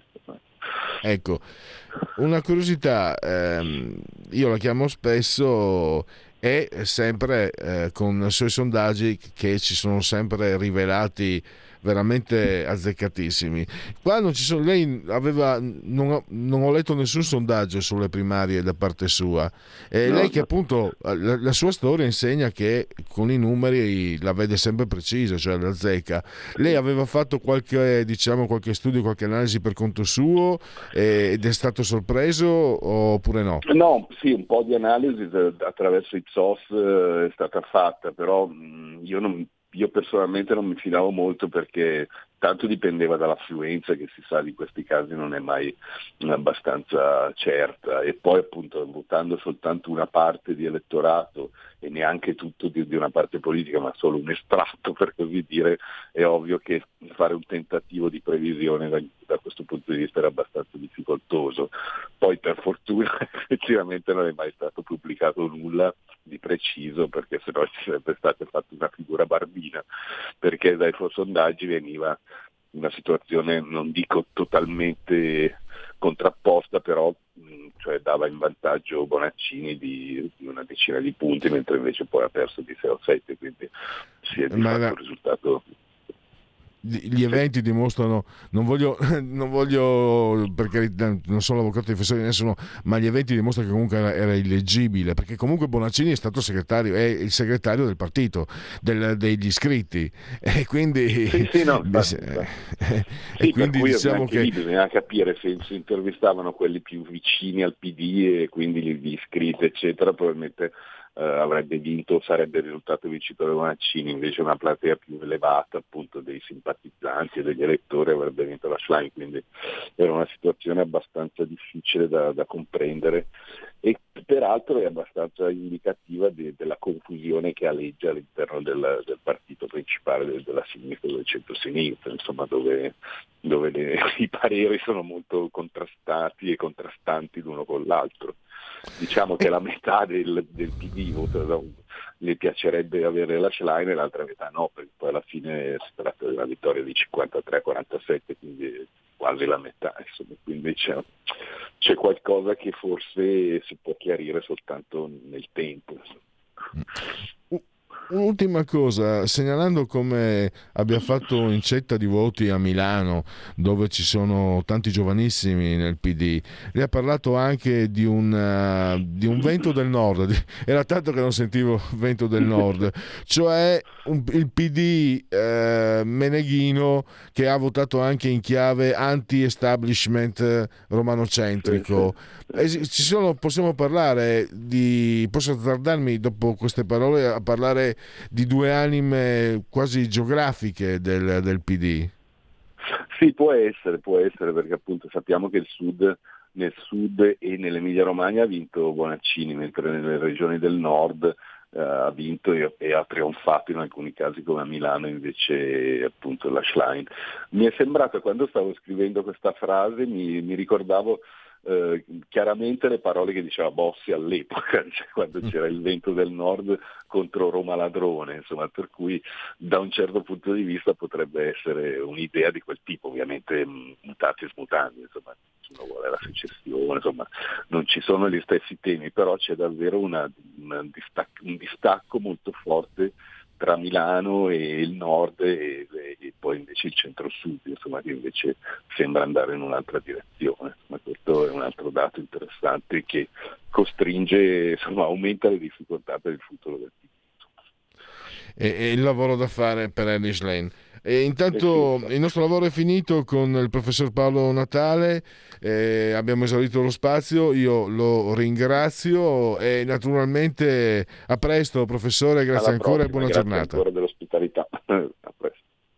Ecco, una curiosità, ehm, io la chiamo spesso, e sempre eh, con i suoi sondaggi che ci sono sempre rivelati veramente azzeccatissimi. Qua non ci sono, lei aveva, non ho, non ho letto nessun sondaggio sulle primarie da parte sua, e no, lei che appunto la, la sua storia insegna che con i numeri la vede sempre precisa, cioè la zecca. Lei aveva fatto qualche, diciamo, qualche studio, qualche analisi per conto suo eh, ed è stato sorpreso oppure no? No, sì, un po' di analisi attraverso i P S O S è stata fatta, però io non Io personalmente non mi fidavo molto, perché tanto dipendeva dall'affluenza, che si sa di questi casi non è mai abbastanza certa, e poi appunto votando soltanto una parte di elettorato e neanche tutto di, di una parte politica, ma solo un estratto, per così dire, è ovvio che fare un tentativo di previsione da, da questo punto di vista era abbastanza difficoltoso. Poi per fortuna effettivamente non è mai stato pubblicato nulla di preciso, perché sennò ci sarebbe stata fatta una figura barbina, perché dai sondaggi veniva una situazione, non dico totalmente contrapposta, però mh, cioè dava in vantaggio Bonaccini di, di una decina di punti, mentre invece poi ha perso di sei o sette, quindi si è di Ma fatto era... un risultato. Gli eventi dimostrano, non voglio, non voglio perché non sono l'avvocato difensore di nessuno, ma gli eventi dimostrano che comunque era, era illeggibile, perché comunque Bonaccini è stato segretario, è il segretario del partito, del, degli iscritti, e quindi sì, sì, no, beh, sì, e sì, quindi per cui diciamo che lì bisogna capire se si intervistavano quelli più vicini al P D e quindi gli iscritti eccetera, probabilmente eh, avrebbe vinto, sarebbe risultato vincitore Bonaccini, invece una platea più elevata appunto dei simpatizzanti e degli elettori avrebbe vinto la Schlein, quindi era una situazione abbastanza difficile da, da comprendere e peraltro è abbastanza indicativa de, della confusione che aleggia all'interno del, del partito principale del, della sinistra, del centro-sinistra, insomma dove, dove le, i pareri sono molto contrastati e contrastanti l'uno con l'altro. Diciamo che la metà del, del P D vota, le piacerebbe avere la Schlein e l'altra metà no, perché poi alla fine si tratta di una vittoria di cinquantatré a quarantasette, quindi quasi la metà, insomma, quindi c'è, c'è qualcosa che forse si può chiarire soltanto nel tempo. Un'ultima cosa, segnalando come abbia fatto incetta di voti a Milano, dove ci sono tanti giovanissimi nel P D, lei ha parlato anche di un, uh, di un vento del nord, era tanto che non sentivo vento del nord, cioè un, il P D eh, meneghino che ha votato anche in chiave anti-establishment romanocentrico. Ci sono, possiamo parlare di, posso azzardarmi dopo queste parole a parlare di due anime quasi geografiche del, del P D? Sì, può essere, può essere, perché appunto sappiamo che il sud, nel sud e nell'Emilia Romagna ha vinto Bonaccini, mentre nelle regioni del nord eh, ha vinto e, e ha trionfato in alcuni casi, come a Milano invece appunto la Schlein. Mi è sembrato, quando stavo scrivendo questa frase, mi, mi ricordavo Eh, chiaramente le parole che diceva Bossi all'epoca, cioè quando c'era il vento del nord contro Roma ladrone, insomma, per cui da un certo punto di vista potrebbe essere un'idea di quel tipo, ovviamente mutatis mutandi, insomma, nessuno vuole la secessione, insomma, non ci sono gli stessi temi, però c'è davvero una, una distac- un distacco molto forte tra Milano e il nord e, e poi invece il centro-sud, insomma, che invece sembra andare in un'altra direzione. Ma questo è un altro dato interessante che costringe, insomma, aumenta le difficoltà per il futuro del P D. E, e il lavoro da fare per Elly Schlein. E intanto il nostro lavoro è finito con il professor Paolo Natale, eh, abbiamo esaurito lo spazio, io lo ringrazio e naturalmente a presto professore, grazie Alla ancora prossima, e buona grazie giornata. Ancora dell'ospitalità. A presto.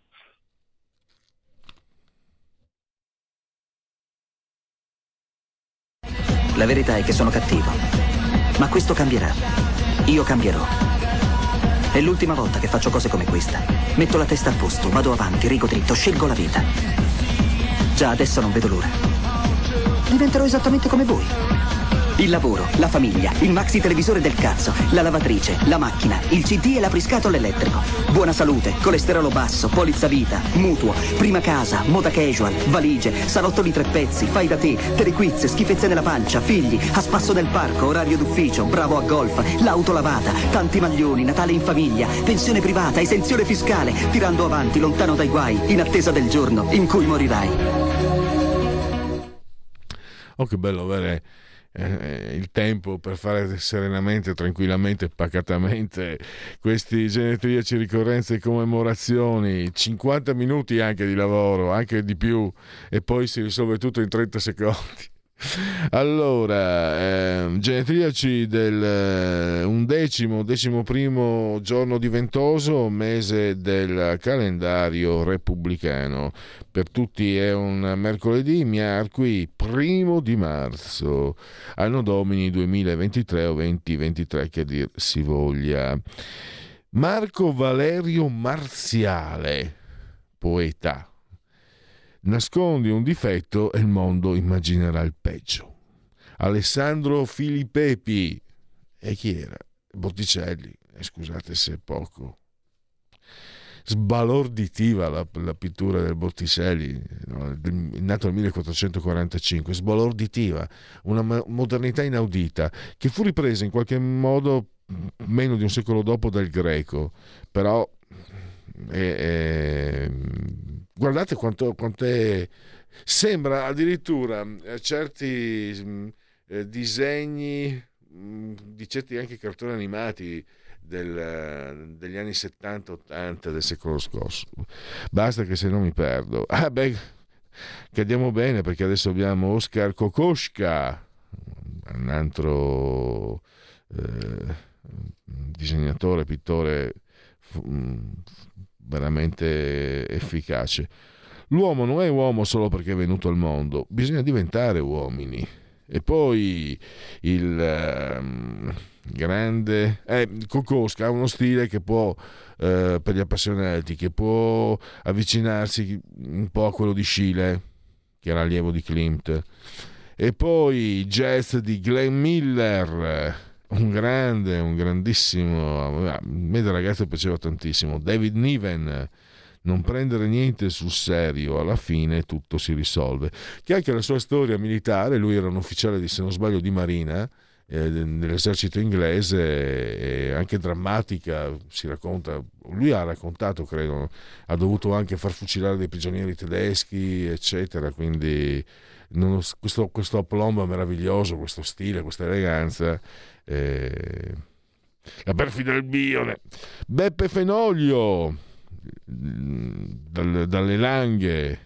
La verità è che sono cattivo, ma questo cambierà. Io cambierò. È l'ultima volta che faccio cose come questa. Metto la testa a posto, vado avanti, rigo dritto, scelgo la vita. Già adesso non vedo l'ora. Diventerò esattamente come voi. Il lavoro, la famiglia, il maxi televisore del cazzo, la lavatrice, la macchina, il C D e l'apriscatole elettrico. Buona salute, colesterolo basso, polizza vita, mutuo, prima casa, moda casual, valigie, salotto di tre pezzi, fai da te, telequiz, schifezze nella pancia, figli, a spasso nel parco, orario d'ufficio, bravo a golf, l'auto lavata, tanti maglioni, Natale in famiglia, pensione privata, esenzione fiscale, tirando avanti, lontano dai guai, in attesa del giorno in cui morirai. Oh, che bello avere Eh, il tempo per fare serenamente, tranquillamente, pacatamente questi genetriaci, ricorrenze e commemorazioni, cinquanta minuti anche di lavoro, anche di più, e poi si risolve tutto in trenta secondi. Allora, eh, genetriaci del eh, undecimo, decimo primo giorno di Ventoso, mese del calendario repubblicano. Per tutti è un mercoledì, miarqui, primo di marzo, anno domini duemilaventitré o duemilaventitré che dir si voglia. Marco Valerio Marziale, poeta. Nascondi un difetto e il mondo immaginerà il peggio. Alessandro Filippepi. E chi era? Botticelli. Eh, scusate se è poco. Sbalorditiva la, la pittura del Botticelli, no? Nato nel millequattrocentoquarantacinque. Sbalorditiva, una modernità inaudita, che fu ripresa in qualche modo meno di un secolo dopo dal Greco. Però... Eh, eh, guardate quanto, quanto è, sembra addirittura eh, certi eh, disegni mh, di certi anche cartoni animati del, degli anni settanta ottanta del secolo scorso. Basta che se non mi perdo. Ah beh, che andiamo bene, perché adesso abbiamo Oscar Kokoschka, un altro eh, disegnatore, pittore veramente efficace. L'uomo non è uomo solo perché è venuto al mondo, bisogna diventare uomini. E poi il um, grande eh, Kokoschka ha uno stile che può eh, per gli appassionati, che può avvicinarsi un po' a quello di Schiele, che era allievo di Klimt. E poi jazz di Glenn Miller, un grande, un grandissimo, a me da ragazzo piaceva tantissimo. David Niven, non prendere niente sul serio, alla fine tutto si risolve. Che anche la sua storia militare, lui era un ufficiale di, se non sbaglio, di marina eh, nell'esercito inglese, e anche drammatica, si racconta, lui ha raccontato, credo, ha dovuto anche far fucilare dei prigionieri tedeschi, eccetera, quindi non, questo, questo aplombo meraviglioso, questo stile, questa eleganza, eh, la perfida del Bione. Beppe Fenoglio, Dal, dalle Langhe,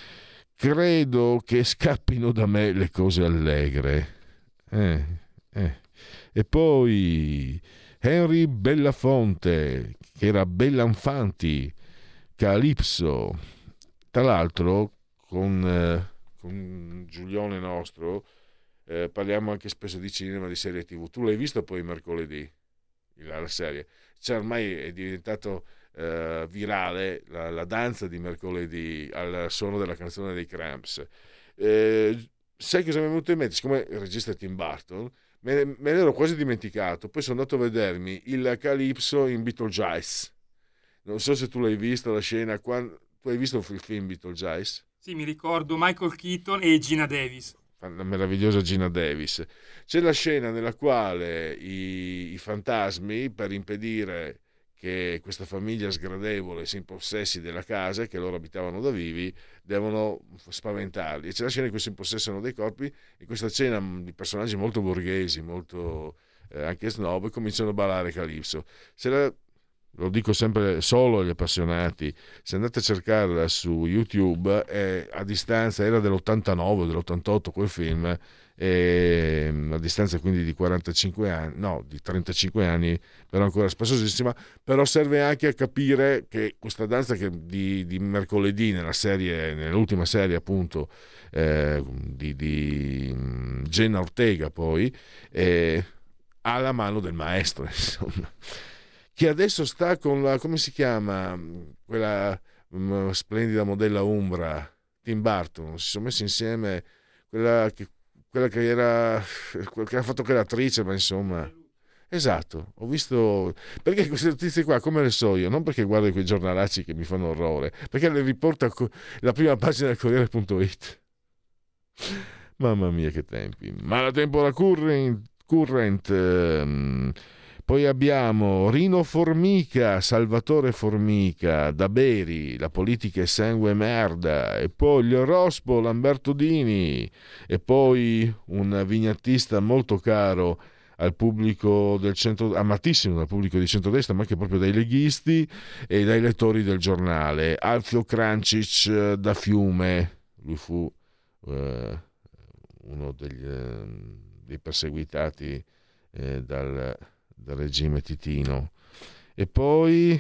credo che scappino da me le cose allegre. Eh, eh. E poi Henry Bellafonte, che era Bellanfanti, Calipso. Tra l'altro con, eh, con Giulione nostro eh, parliamo anche spesso di cinema, di serie tv. Tu l'hai visto poi mercoledì la, la serie? Cioè ormai è diventato Uh, virale la, la danza di mercoledì al suono della canzone dei Cramps. Eh, sai cosa mi è venuto in mente? Siccome il regista è Tim Burton, me, me l'ero quasi dimenticato. Poi sono andato a vedermi il Calypso in Beetlejuice. Non so se tu l'hai visto la scena. Quando, tu hai visto il film Beetlejuice? Sì, mi ricordo Michael Keaton e Gina Davis. La meravigliosa Gina Davis. C'è la scena nella quale i, i fantasmi, per impedire che questa famiglia sgradevole si impossessi della casa che loro abitavano da vivi, devono spaventarli. E c'è la scena in cui si impossessano dei corpi, in questa scena di personaggi molto borghesi, molto eh, anche snob, cominciano a ballare Calypso. Se la, lo dico sempre solo agli appassionati, se andate a cercarla su YouTube, è a distanza, era dell'ottantanove o dell'ottantotto quel film, e a distanza quindi di quarantacinque anni, no, di trentacinque anni, però ancora spassosissima, però serve anche a capire che questa danza che di, di mercoledì nella serie, nell'ultima serie appunto eh, di, di Jenna Ortega poi eh, ha la mano del maestro, insomma, che adesso sta con la, come si chiama, quella um, splendida modella Umbra, Tim Burton, si sono messi insieme, quella che quella che era che ha fatto che l'attrice, ma insomma, esatto, ho visto, perché queste notizie qua come le so io, non perché guardo quei giornalacci che mi fanno orrore, perché le riporta la prima pagina del Corriere punto it. Mamma mia che tempi. Ma la tempora current, current ehm, poi abbiamo Rino Formica, Salvatore Formica, Da Beri, La politica è sangue e merda, e poi il Rospo, Lamberto Dini, e poi un vignettista molto caro al pubblico del centro, amatissimo dal pubblico di centrodestra, ma anche proprio dai leghisti e dai lettori del giornale, Alfio Crancic da Fiume. Lui fu eh, uno degli, eh, dei perseguitati eh, dal del regime titino. E poi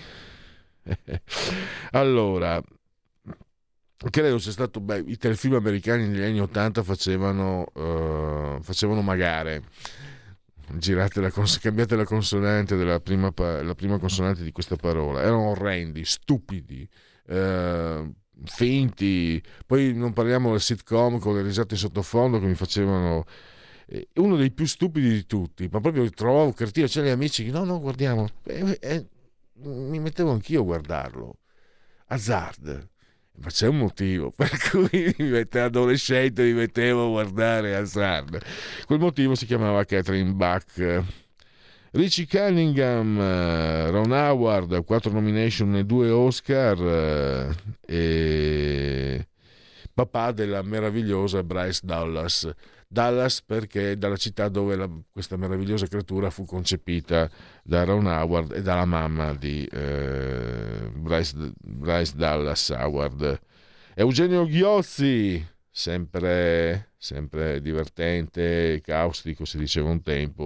allora credo sia stato beh, i telefilm americani negli anni ottanta facevano uh, facevano magare, girate la cons- cambiate la consonante della prima, pa- la prima consonante di questa parola, erano orrendi, stupidi, uh, finti. Poi non parliamo del sitcom con le risate in sottofondo che mi facevano, uno dei più stupidi di tutti, ma proprio trovavo cretino. C'è gli amici che no no guardiamo, eh, eh, mi mettevo anch'io a guardarlo, Hazard, ma c'è un motivo per cui mi mettevo, adolescente mi mettevo a guardare Hazard. Quel motivo si chiamava Catherine Bach. Richie Cunningham, Ron Howard, quattro nomination e due Oscar, e papà della meravigliosa Bryce Dallas Dallas perché è dalla città dove la, questa meravigliosa creatura fu concepita da Ron Howard e dalla mamma di eh, Bryce, Bryce Dallas Howard. Eugenio Ghiozzi, sempre, sempre divertente, caustico si diceva un tempo,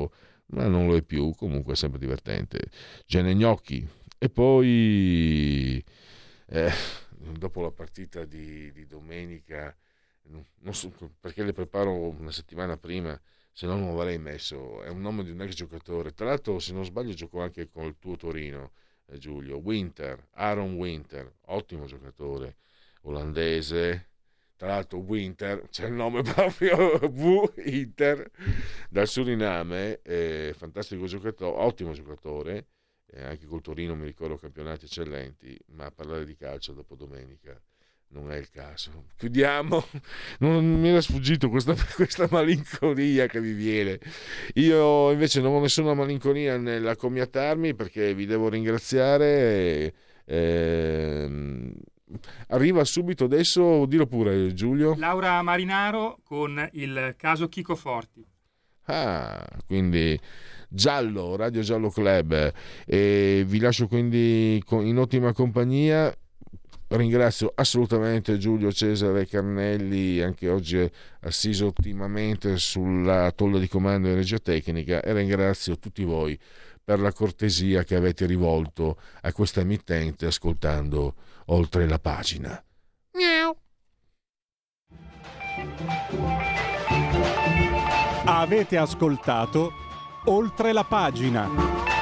ma non lo è più, comunque è sempre divertente. Gene Gnocchi. E poi eh, dopo la partita di, di domenica, non so, perché le preparo una settimana prima, se no non l'avrei messo. È un nome di un ex giocatore, tra l'altro se non sbaglio giocò anche con il tuo Torino, eh, Giulio. Winter, Aaron Winter, ottimo giocatore olandese. Tra l'altro Winter, c'è il nome proprio W Inter, dal Suriname, eh, fantastico giocatore, ottimo giocatore, eh, anche col Torino mi ricordo campionati eccellenti, ma parlare di calcio dopo domenica non è il caso. Chiudiamo, non mi era sfuggito questa, questa malinconia che mi viene. Io invece non ho nessuna malinconia nell'accomiatarmi, perché vi devo ringraziare. Eh, arriva subito adesso, dillo pure Giulio. Laura Marinaro con il caso Chico Forti. Ah, quindi Giallo, Radio Giallo Club, e vi lascio quindi in ottima compagnia. Ringrazio assolutamente Giulio Cesare Carnelli, anche oggi assiso ottimamente sulla tolla di comando in regia tecnica, e ringrazio tutti voi per la cortesia che avete rivolto a questa emittente ascoltando Oltre la Pagina. Miau. Avete ascoltato Oltre la Pagina.